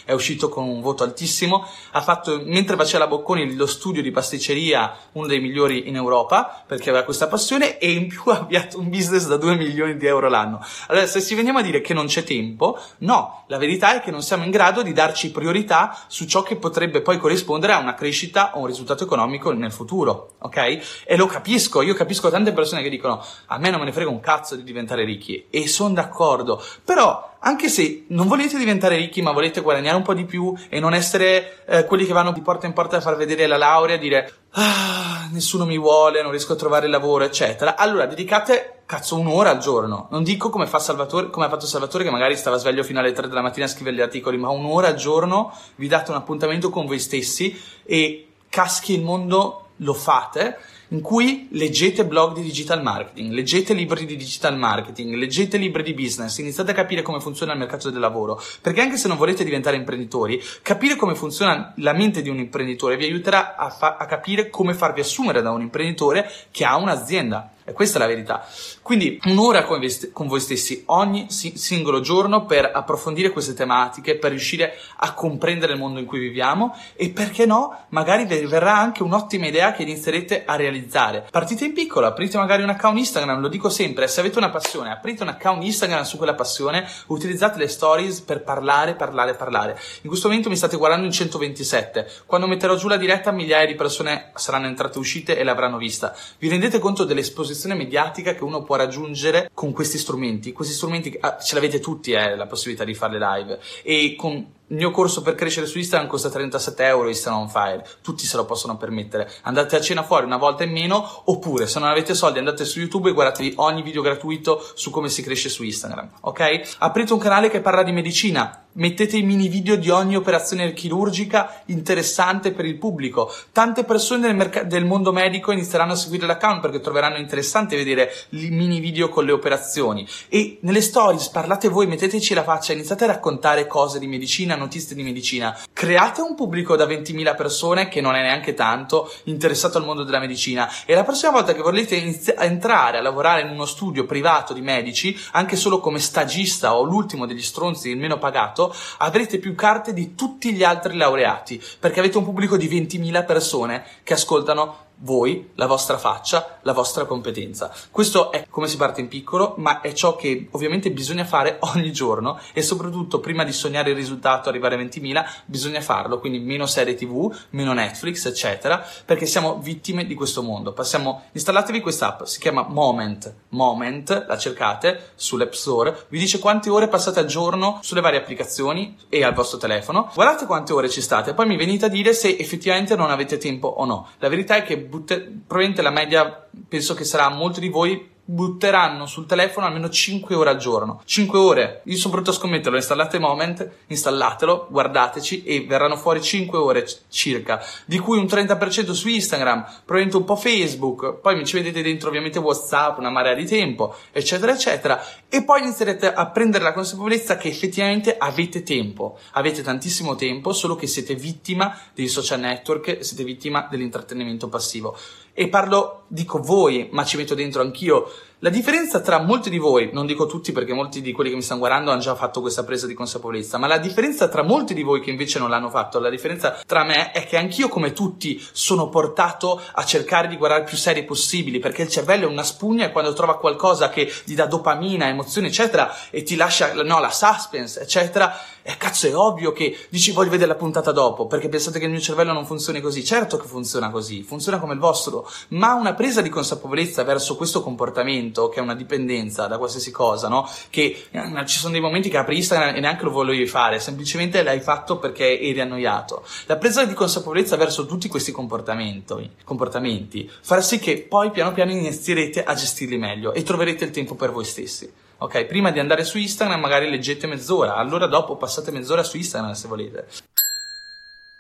uscito con un voto altissimo, ha fatto, mentre faceva la Bocconi, lo studio di pasticceria, uno dei migliori in Europa, perché aveva questa passione, e in più ha avviato un business da due milioni di euro l'anno. Allora, se ci veniamo a dire che non c'è tempo, no, la verità è che non siamo in grado di darci priorità su ciò che potrebbe poi corrispondere a una crescita o un risultato economico nel futuro, ok? E lo capisco, io capisco tante persone che dicono a me non me ne frega un cazzo di diventare ricchi, e sono d'accordo, però anche se non volete diventare ricchi ma volete guadagnare un po' di più e non essere eh, quelli che vanno di porta in porta a far vedere la laurea, dire ah, nessuno mi vuole, non riesco a trovare lavoro, eccetera, allora dedicate cazzo un'ora al giorno. Non dico come fa Salvatore, come ha fatto Salvatore, che magari stava sveglio fino alle tre della mattina a scrivere gli articoli, ma un'ora al giorno vi date un appuntamento con voi stessi e caschi il mondo, lo fate, in cui leggete blog di digital marketing, leggete libri di digital marketing, leggete libri di business, iniziate a capire come funziona il mercato del lavoro, perché anche se non volete diventare imprenditori, capire come funziona la mente di un imprenditore vi aiuterà a, fa- a capire come farvi assumere da un imprenditore che ha un'azienda. E questa è la verità. Quindi un'ora con, st- con voi stessi ogni si- singolo giorno per approfondire queste tematiche, per riuscire a comprendere il mondo in cui viviamo, e perché no, magari vi verrà anche un'ottima idea che inizierete a realizzare. Partite in piccolo, aprite magari un account Instagram, lo dico sempre, se avete una passione, aprite un account Instagram su quella passione, utilizzate le stories per parlare, parlare, parlare. In questo momento mi state guardando in centoventisette, quando metterò giù la diretta migliaia di persone saranno entrate e uscite e l'avranno vista. Vi rendete conto dell'esposizione mediatica che uno può raggiungere con questi strumenti? Questi strumenti ah, ce l'avete tutti, eh, la possibilità di fare le live, e con il mio corso per crescere su Instagram costa trentasette euro, Instagram on Fire, tutti se lo possono permettere. Andate a cena fuori una volta in meno, oppure se non avete soldi andate su YouTube e guardatevi ogni video gratuito su come si cresce su Instagram, ok? Aprite un canale che parla di medicina, mettete i mini video di ogni operazione chirurgica interessante per il pubblico. Tante persone del, merc- del mondo medico inizieranno a seguire l'account perché troveranno interessante vedere i mini video con le operazioni, e nelle stories parlate voi, metteteci la faccia, iniziate a raccontare cose di medicina, notizie di medicina, create un pubblico da ventimila persone, che non è neanche tanto, interessato al mondo della medicina, e la prossima volta che volete inizi- a entrare a lavorare in uno studio privato di medici, anche solo come stagista o l'ultimo degli stronzi, il meno pagato, avrete più carte di tutti gli altri laureati, perché avete un pubblico di ventimila persone che ascoltano voi, la vostra faccia, la vostra competenza. Questo è come si parte in piccolo, ma è ciò che ovviamente bisogna fare ogni giorno, e soprattutto prima di sognare il risultato, arrivare a ventimila, bisogna farlo. Quindi meno serie tv, meno Netflix, eccetera, perché siamo vittime di questo mondo. Passiamo, installatevi quest'app, si chiama Moment, Moment, la cercate sull'App Store, vi dice quante ore passate al giorno sulle varie applicazioni e al vostro telefono. Guardate quante ore ci state, poi mi venite a dire se effettivamente non avete tempo o no. La verità è che butte, probabilmente la media, penso che sarà molti di voi butteranno sul telefono almeno cinque ore al giorno. cinque ore, io sono pronto a scommetterlo. Installate Moment, installatelo, guardateci, e verranno fuori cinque ore circa, di cui un trenta per cento su Instagram, probabilmente un po' Facebook, poi mi ci vedete dentro ovviamente WhatsApp, una marea di tempo, eccetera eccetera, e poi inizierete a prendere la consapevolezza che effettivamente avete tempo, avete tantissimo tempo, solo che siete vittima dei social network, siete vittima dell'intrattenimento passivo. E parlo, dico voi, ma ci metto dentro anch'io. La differenza tra molti di voi, non dico tutti perché molti di quelli che mi stanno guardando hanno già fatto questa presa di consapevolezza, ma la differenza tra molti di voi che invece non l'hanno fatto, la differenza tra me è che anch'io come tutti sono portato a cercare di guardare più serie possibili, perché il cervello è una spugna, e quando trova qualcosa che gli dà dopamina, emozione eccetera, e ti lascia, no, la suspense eccetera, e cazzo è ovvio che dici voglio vedere la puntata dopo, perché pensate che il mio cervello non funzioni così. Certo che funziona così, funziona come il vostro, ma una presa di consapevolezza verso questo comportamento, che è una dipendenza da qualsiasi cosa, no? Che eh, ci sono dei momenti che apri Instagram e neanche lo volevi fare, semplicemente l'hai fatto perché eri annoiato. La presa di consapevolezza verso tutti questi comportamenti, comportamenti farà sì che poi piano piano inizierete a gestirli meglio e troverete il tempo per voi stessi. Ok, prima di andare su Instagram magari leggete mezz'ora, allora dopo passate mezz'ora su Instagram se volete.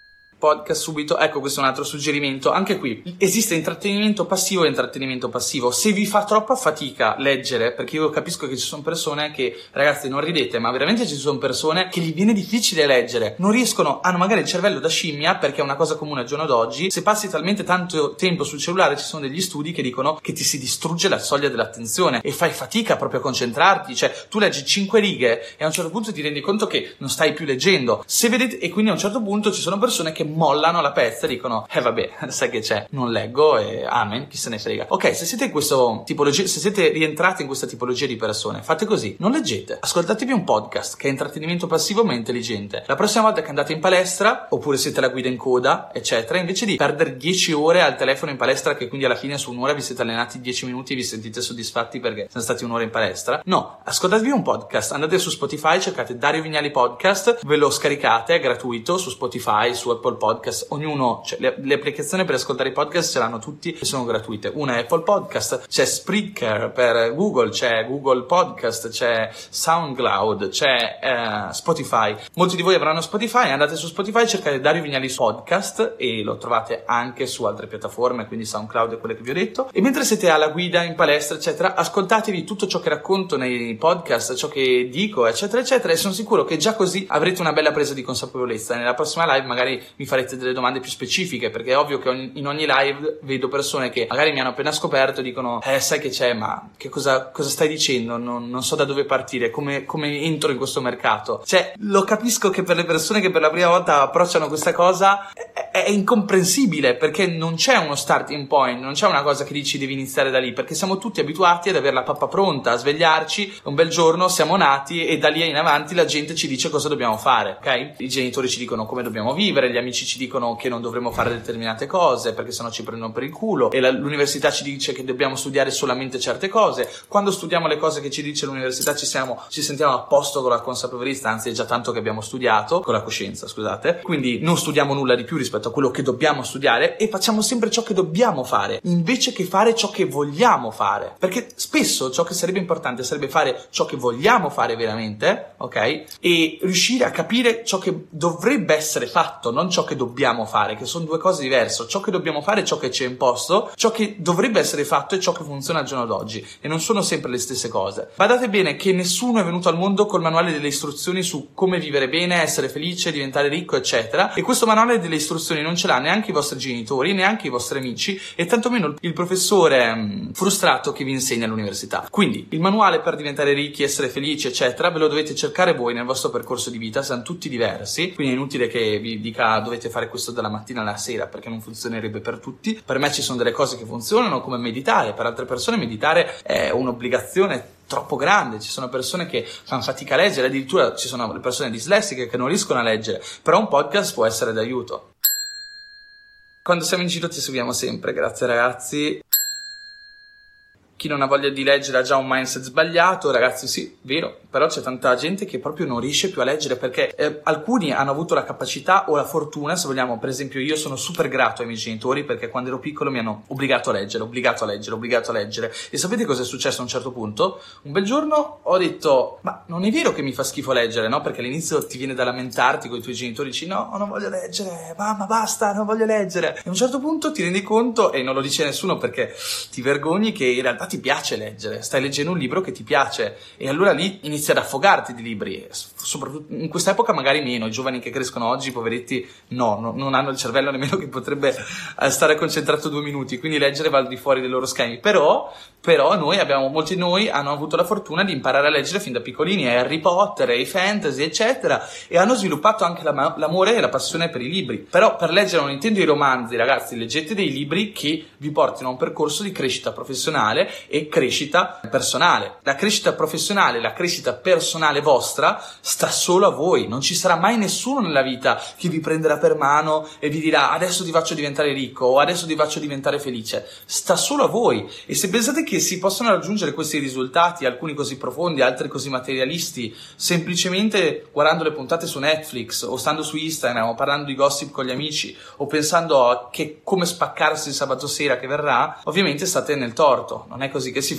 podcast subito. Ecco, questo è un altro suggerimento. Anche qui esiste intrattenimento passivo e intrattenimento passivo. Se vi fa troppa fatica leggere, perché io capisco che ci sono persone che, ragazzi, non ridete, ma veramente ci sono persone che gli viene difficile leggere, non riescono, hanno magari il cervello da scimmia, perché è una cosa comune al giorno d'oggi. Se passi talmente tanto tempo sul cellulare, ci sono degli studi che dicono che ti si distrugge la soglia dell'attenzione e fai fatica proprio a concentrarti. Cioè, tu leggi cinque righe e a un certo punto ti rendi conto che non stai più leggendo. Se vedete, e quindi a un certo punto ci sono persone che mollano la pezza e dicono eh vabbè, sai che c'è, non leggo e amen, chi se ne frega. Ok, se siete in questo tipologia, se siete rientrati in questa tipologia di persone, fate così, non leggete, ascoltatevi un podcast che è intrattenimento passivo ma intelligente. La prossima volta che andate in palestra, oppure siete alla guida in coda, eccetera, invece di perdere dieci ore al telefono in palestra, che quindi alla fine su un'ora vi siete allenati dieci minuti e vi sentite soddisfatti perché siete stati un'ora in palestra, no, ascoltatevi un podcast, andate su Spotify, cercate Dario Vignali Podcast, ve lo scaricate, è gratuito su Spotify, su Apple Podcast, ognuno, cioè le, le applicazioni per ascoltare i podcast ce l'hanno tutti e sono gratuite. Una è Apple Podcast, c'è Spreaker per Google, c'è Google Podcast, c'è SoundCloud, c'è eh, Spotify. Molti di voi avranno Spotify, andate su Spotify, cercate Dario Vignali Podcast e lo trovate anche su altre piattaforme, quindi SoundCloud e quelle che vi ho detto. E mentre siete alla guida, in palestra, eccetera, ascoltatevi tutto ciò che racconto nei podcast, ciò che dico, eccetera, eccetera, e sono sicuro che già così avrete una bella presa di consapevolezza. Nella prossima live magari mi farete delle domande più specifiche, perché è ovvio che ogni, in ogni live vedo persone che magari mi hanno appena scoperto e dicono eh sai che c'è, ma che cosa, cosa stai dicendo, non, non so da dove partire, come, come entro in questo mercato. Cioè, lo capisco che per le persone che per la prima volta approcciano questa cosa è, è incomprensibile, perché non c'è uno starting point, non c'è una cosa che dici devi iniziare da lì, perché siamo tutti abituati ad avere la pappa pronta, a svegliarci un bel giorno, siamo nati e da lì in avanti la gente ci dice cosa dobbiamo fare, ok? I genitori ci dicono come dobbiamo vivere, gli amici ci dicono che non dovremmo fare determinate cose perché sennò ci prendono per il culo, e la, l'università ci dice che dobbiamo studiare solamente certe cose. Quando studiamo le cose che ci dice l'università ci, siamo, ci sentiamo a posto con la consapevolezza, anzi è già tanto che abbiamo studiato, con la coscienza, scusate, quindi non studiamo nulla di più rispetto a quello che dobbiamo studiare e facciamo sempre ciò che dobbiamo fare invece che fare ciò che vogliamo fare, perché spesso ciò che sarebbe importante sarebbe fare ciò che vogliamo fare veramente, ok? E riuscire a capire ciò che dovrebbe essere fatto, non ciò che dobbiamo fare, che sono due cose diverse. Ciò che dobbiamo fare è ciò che ci è imposto, ciò che dovrebbe essere fatto è ciò che funziona al giorno d'oggi, e non sono sempre le stesse cose. Badate bene che nessuno è venuto al mondo col manuale delle istruzioni su come vivere bene, essere felice, diventare ricco, eccetera, e questo manuale delle istruzioni non ce l'ha neanche i vostri genitori, neanche i vostri amici, e tantomeno il professore mh, frustrato che vi insegna all'università. Quindi il manuale per diventare ricchi, essere felici, eccetera, ve lo dovete cercare voi nel vostro percorso di vita. Siamo tutti diversi, quindi è inutile che vi dica dovete fare questo dalla mattina alla sera, perché non funzionerebbe per tutti. Per me ci sono delle cose che funzionano, come meditare. Per altre persone meditare è un'obbligazione troppo grande, ci sono persone che fanno fatica a leggere, addirittura ci sono le persone dislessiche che non riescono a leggere, però un podcast può essere d'aiuto. Quando siamo in giro ti seguiamo sempre, grazie ragazzi. Chi non ha voglia di leggere ha già un mindset sbagliato, ragazzi, sì, vero, però c'è tanta gente che proprio non riesce più a leggere perché eh, alcuni hanno avuto la capacità o la fortuna, se vogliamo. Per esempio io sono super grato ai miei genitori perché quando ero piccolo mi hanno obbligato a leggere, obbligato a leggere, obbligato a leggere, e sapete cosa è successo a un certo punto? Un bel giorno ho detto, ma non è vero che mi fa schifo leggere, no? Perché all'inizio ti viene da lamentarti con i tuoi genitori, dici no, non voglio leggere, mamma basta, non voglio leggere, e a un certo punto ti rendi conto, e non lo dice nessuno perché ti vergogni, che in realtà ti piace leggere, stai leggendo un libro che ti piace, e allora lì inizi ad affogarti di libri, soprattutto in questa epoca magari meno, i giovani che crescono oggi, poveretti, no, no non hanno il cervello nemmeno che potrebbe stare concentrato due minuti, quindi leggere va al di fuori dei loro schemi, però, però noi abbiamo, molti di noi hanno avuto la fortuna di imparare a leggere fin da piccolini, Harry Potter, i fantasy, eccetera, e hanno sviluppato anche la, l'amore e la passione per i libri. Però per leggere non intendo i romanzi, ragazzi, leggete dei libri che vi portino a un percorso di crescita professionale e crescita personale. La crescita professionale, la crescita personale vostra sta solo a voi, non ci sarà mai nessuno nella vita che vi prenderà per mano e vi dirà adesso ti faccio diventare ricco o adesso ti faccio diventare felice, sta solo a voi. E se pensate che si possono raggiungere questi risultati, alcuni così profondi, altri così materialisti, semplicemente guardando le puntate su Netflix o stando su Instagram o parlando di gossip con gli amici o pensando a che come spaccarsi il sabato sera che verrà, ovviamente state nel torto, non è così che si fa.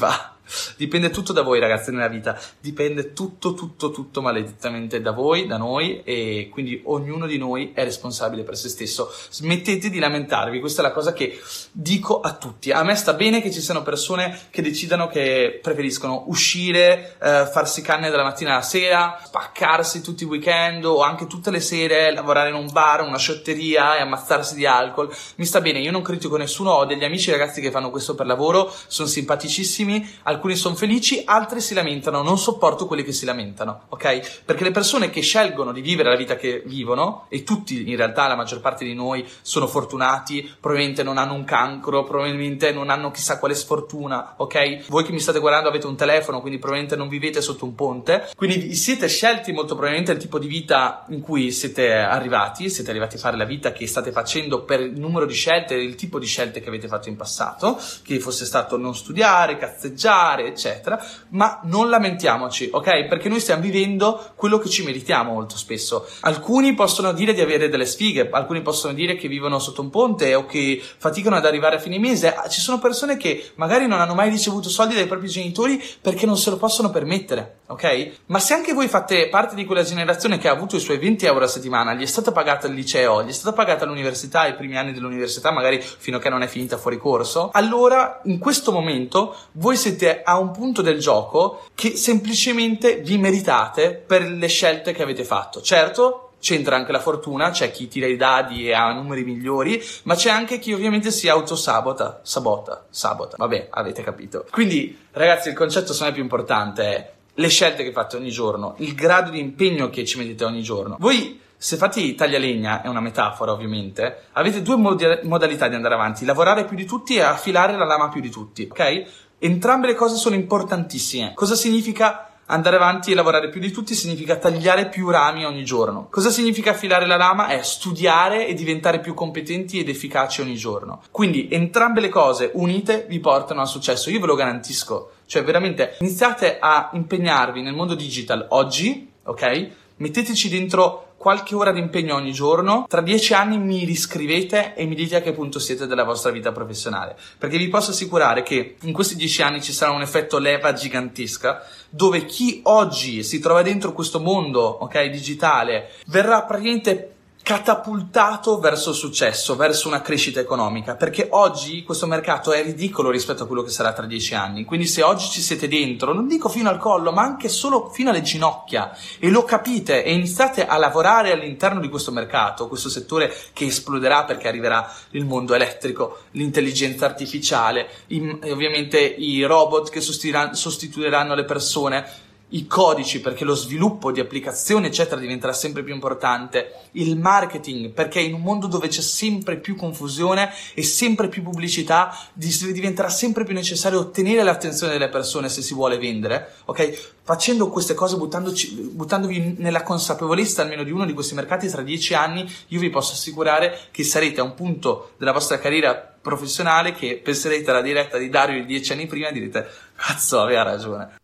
Dipende tutto da voi, ragazzi, nella vita. Dipende tutto, tutto, tutto maledettamente da voi, da noi, e quindi ognuno di noi è responsabile per se stesso. Smettete di lamentarvi, questa è la cosa che dico a tutti. A me sta bene che ci siano persone che decidano che preferiscono uscire, eh, farsi canne dalla mattina alla sera, spaccarsi tutti i weekend o anche tutte le sere, lavorare in un bar, una sciotteria e ammazzarsi di alcol. Mi sta bene, io non critico nessuno, ho degli amici ragazzi che fanno questo per lavoro, sono simpaticissimi, alcuni sono felici, altri si lamentano, non sopporto quelli che si lamentano, ok? Perché le persone che scelgono di vivere la vita che vivono, e tutti in realtà, la maggior parte di noi sono fortunati, probabilmente non hanno un cancro, probabilmente non hanno chissà quale sfortuna, ok? Voi che mi state guardando avete un telefono, quindi probabilmente non vivete sotto un ponte, quindi vi siete scelti molto probabilmente il tipo di vita in cui siete arrivati, siete arrivati a fare la vita che state facendo per il numero di scelte, il tipo di scelte che avete fatto in passato, che fosse stato non studiare, cazzeggiare, eccetera, ma non lamentiamoci, ok? Perché noi stiamo vivendo quello che ci meritiamo molto spesso. Alcuni possono dire di avere delle sfighe, alcuni possono dire che vivono sotto un ponte o che faticano ad arrivare a fine mese. Ci sono persone che magari non hanno mai ricevuto soldi dai propri genitori perché non se lo possono permettere, ok? Ma se anche voi fate parte di quella generazione che ha avuto i suoi venti euro a settimana, gli è stata pagata il liceo, gli è stata pagata l'università, i primi anni dell'università, magari fino a che non è finita fuori corso, allora in questo momento voi siete a un punto del gioco che semplicemente vi meritate per le scelte che avete fatto. Certo, c'entra anche la fortuna, c'è chi tira i dadi e ha numeri migliori, ma c'è anche chi ovviamente si autosabota, sabota, sabota, vabbè, avete capito. Quindi, ragazzi, il concetto secondo me più importante è le scelte che fate ogni giorno, il grado di impegno che ci mettete ogni giorno. Voi, se fate i taglialegna, è una metafora ovviamente, avete due mod- modalità di andare avanti, lavorare più di tutti e affilare la lama più di tutti, ok? Entrambe le cose sono importantissime. Cosa significa andare avanti e lavorare più di tutti? Significa tagliare più rami ogni giorno. Cosa significa affilare la lama? È studiare e diventare più competenti ed efficaci ogni giorno. Quindi entrambe le cose unite vi portano al successo, io ve lo garantisco. Cioè veramente iniziate a impegnarvi nel mondo digital oggi, ok? Metteteci dentro qualche ora di impegno ogni giorno, tra dieci anni mi riscrivete e mi dite a che punto siete della vostra vita professionale, perché vi posso assicurare che in questi dieci anni ci sarà un effetto leva gigantesca, dove chi oggi si trova dentro questo mondo, ok, digitale, verrà praticamente catapultato verso il successo, verso una crescita economica, perché oggi questo mercato è ridicolo rispetto a quello che sarà tra dieci anni. Quindi se oggi ci siete dentro, non dico fino al collo, ma anche solo fino alle ginocchia, e lo capite e iniziate a lavorare all'interno di questo mercato, questo settore che esploderà perché arriverà il mondo elettrico, l'intelligenza artificiale, i, ovviamente i robot che sostituiranno le persone, i codici, perché lo sviluppo di applicazioni eccetera diventerà sempre più importante, il marketing, perché in un mondo dove c'è sempre più confusione e sempre più pubblicità diventerà sempre più necessario ottenere l'attenzione delle persone se si vuole vendere, ok? Facendo queste cose, buttandoci, buttandovi nella consapevolezza almeno di uno di questi mercati, tra dieci anni io vi posso assicurare che sarete a un punto della vostra carriera professionale che penserete alla diretta di Dario di dieci anni prima e direte cazzo, aveva ragione.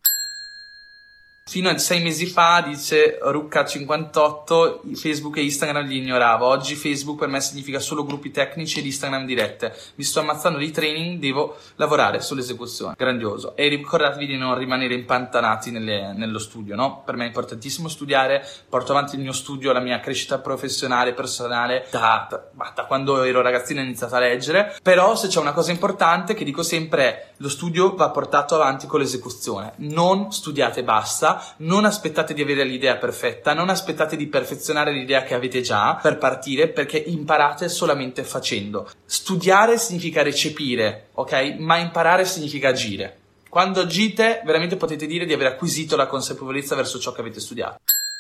Fino a sei mesi fa, dice Rucca cinquantotto, Facebook e Instagram li ignoravo. Oggi Facebook per me significa solo gruppi tecnici ed Instagram dirette. Mi sto ammazzando di training, devo lavorare sull'esecuzione. Grandioso. E ricordatevi di non rimanere impantanati nelle, nello studio, no? Per me è importantissimo studiare, porto avanti il mio studio, la mia crescita professionale, personale, da, da, da quando ero ragazzino ho iniziato a leggere. Però se c'è una cosa importante che dico sempre è lo studio va portato avanti con l'esecuzione. Non studiate e basta. Non aspettate di avere l'idea perfetta, non aspettate di perfezionare l'idea che avete già per partire, perché imparate solamente facendo. Studiare significa recepire, ok? Ma imparare significa agire. Quando agite, veramente potete dire di aver acquisito la consapevolezza verso ciò che avete studiato.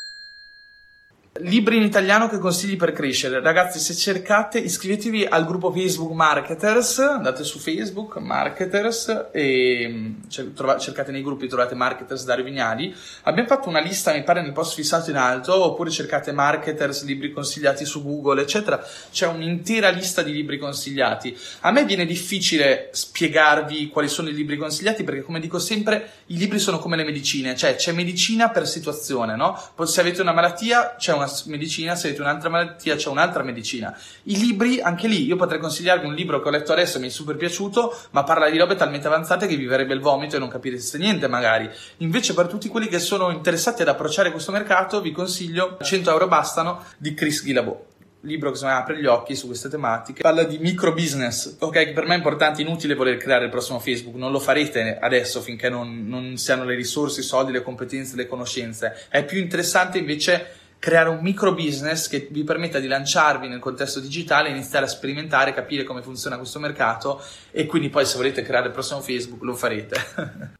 Libri in italiano che consigli per crescere. Ragazzi, se cercate, iscrivetevi al gruppo Facebook Marketers, andate su Facebook Marketers e cercate nei gruppi, trovate Marketers Dario Vignali. Abbiamo fatto una lista, mi pare, nel post fissato in alto, oppure cercate Marketers, libri consigliati su Google, eccetera. C'è un'intera lista di libri consigliati. A me viene difficile spiegarvi quali sono i libri consigliati perché, come dico sempre, i libri sono come le medicine, cioè c'è medicina per situazione, no? Se avete una malattia, c'è un una medicina, se avete un'altra malattia c'è un'altra medicina. I libri, anche lì, io potrei consigliarvi un libro che ho letto adesso e mi è super piaciuto, ma parla di robe talmente avanzate che vi verrebbe il vomito e non capireste niente magari. Invece per tutti quelli che sono interessati ad approcciare questo mercato vi consiglio cento euro bastano di Chris Guillebeau. Libro che secondo me apre gli occhi su queste tematiche. Parla di micro business, ok, che per me è importante, inutile voler creare il prossimo Facebook, non lo farete adesso finché non, non si hanno le risorse, i soldi, le competenze, le conoscenze. È più interessante invece creare un micro business che vi permetta di lanciarvi nel contesto digitale, iniziare a sperimentare, capire come funziona questo mercato e quindi poi se volete creare il prossimo Facebook lo farete.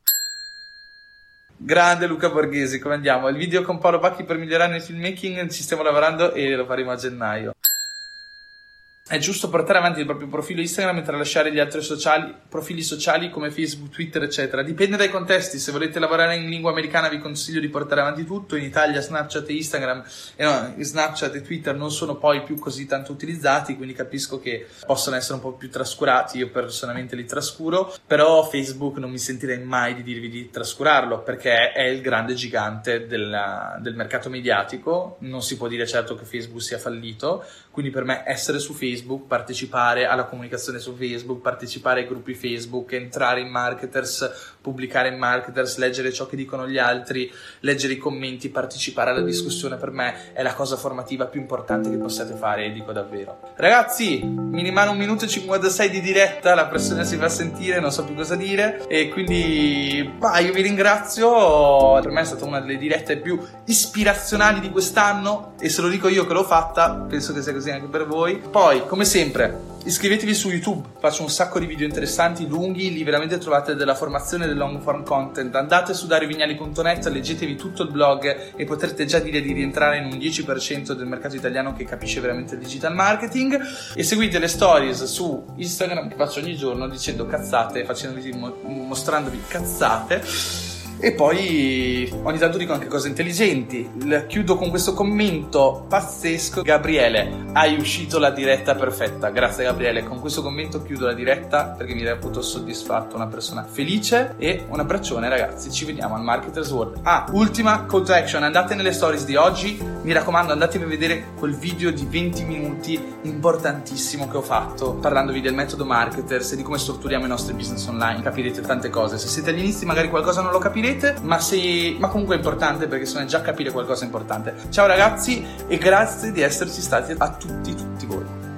Grande Luca Borghesi, come andiamo? Il video con Paolo Bacchi per migliorare nel filmmaking, ci stiamo lavorando e lo faremo a gennaio. È giusto portare avanti il proprio profilo Instagram e tralasciare gli altri sociali, profili sociali come Facebook, Twitter, eccetera. Dipende dai contesti. Se volete lavorare in lingua americana vi consiglio di portare avanti tutto. In Italia Snapchat e Instagram, eh no, Snapchat e Twitter non sono poi più così tanto utilizzati, quindi capisco che possono essere un po' più trascurati. Io personalmente li trascuro, però Facebook non mi sentirei mai di dirvi di trascurarlo perché è il grande gigante della, del mercato mediatico. Non si può dire certo che Facebook sia fallito, quindi per me essere su Facebook, partecipare alla comunicazione su Facebook, partecipare ai gruppi Facebook, entrare in marketers, pubblicare in marketers, leggere ciò che dicono gli altri, leggere i commenti, partecipare alla discussione, per me è la cosa formativa più importante che possiate fare, e dico davvero. Ragazzi, mi rimane un minuto e cinquantasei di diretta, la pressione si fa sentire, non so più cosa dire e quindi bah, io vi ringrazio. Per me è stata una delle dirette più ispirazionali di quest'anno e se lo dico io che l'ho fatta, penso che sia così anche per voi. Poi, come sempre, iscrivetevi su YouTube, faccio un sacco di video interessanti, lunghi, lì veramente trovate della formazione, del long form content. Andate su dario vignali punto net, leggetevi tutto il blog e potrete già dire di rientrare in un dieci per cento del mercato italiano che capisce veramente il digital marketing, e seguite le stories su Instagram che faccio ogni giorno dicendo cazzate, facendovi, mostrandovi cazzate. E poi ogni tanto dico anche cose intelligenti. Chiudo con questo commento pazzesco. Gabriele, hai uscito la diretta perfetta. Grazie Gabriele, con questo commento chiudo la diretta perché mi reputo soddisfatto, una persona felice. E un abbraccione ragazzi, ci vediamo al Marketers World. Ah, ultima call to action, andate nelle stories di oggi, mi raccomando andatevi a vedere quel video di venti minuti importantissimo che ho fatto parlandovi del metodo Marketers e di come strutturiamo i nostri business online. Capirete tante cose. Se siete agli inizi magari qualcosa non lo capirete, ma, se, ma comunque è importante perché secondo me già capire qualcosa è importante. Ciao ragazzi e grazie di esserci stati a tutti tutti voi.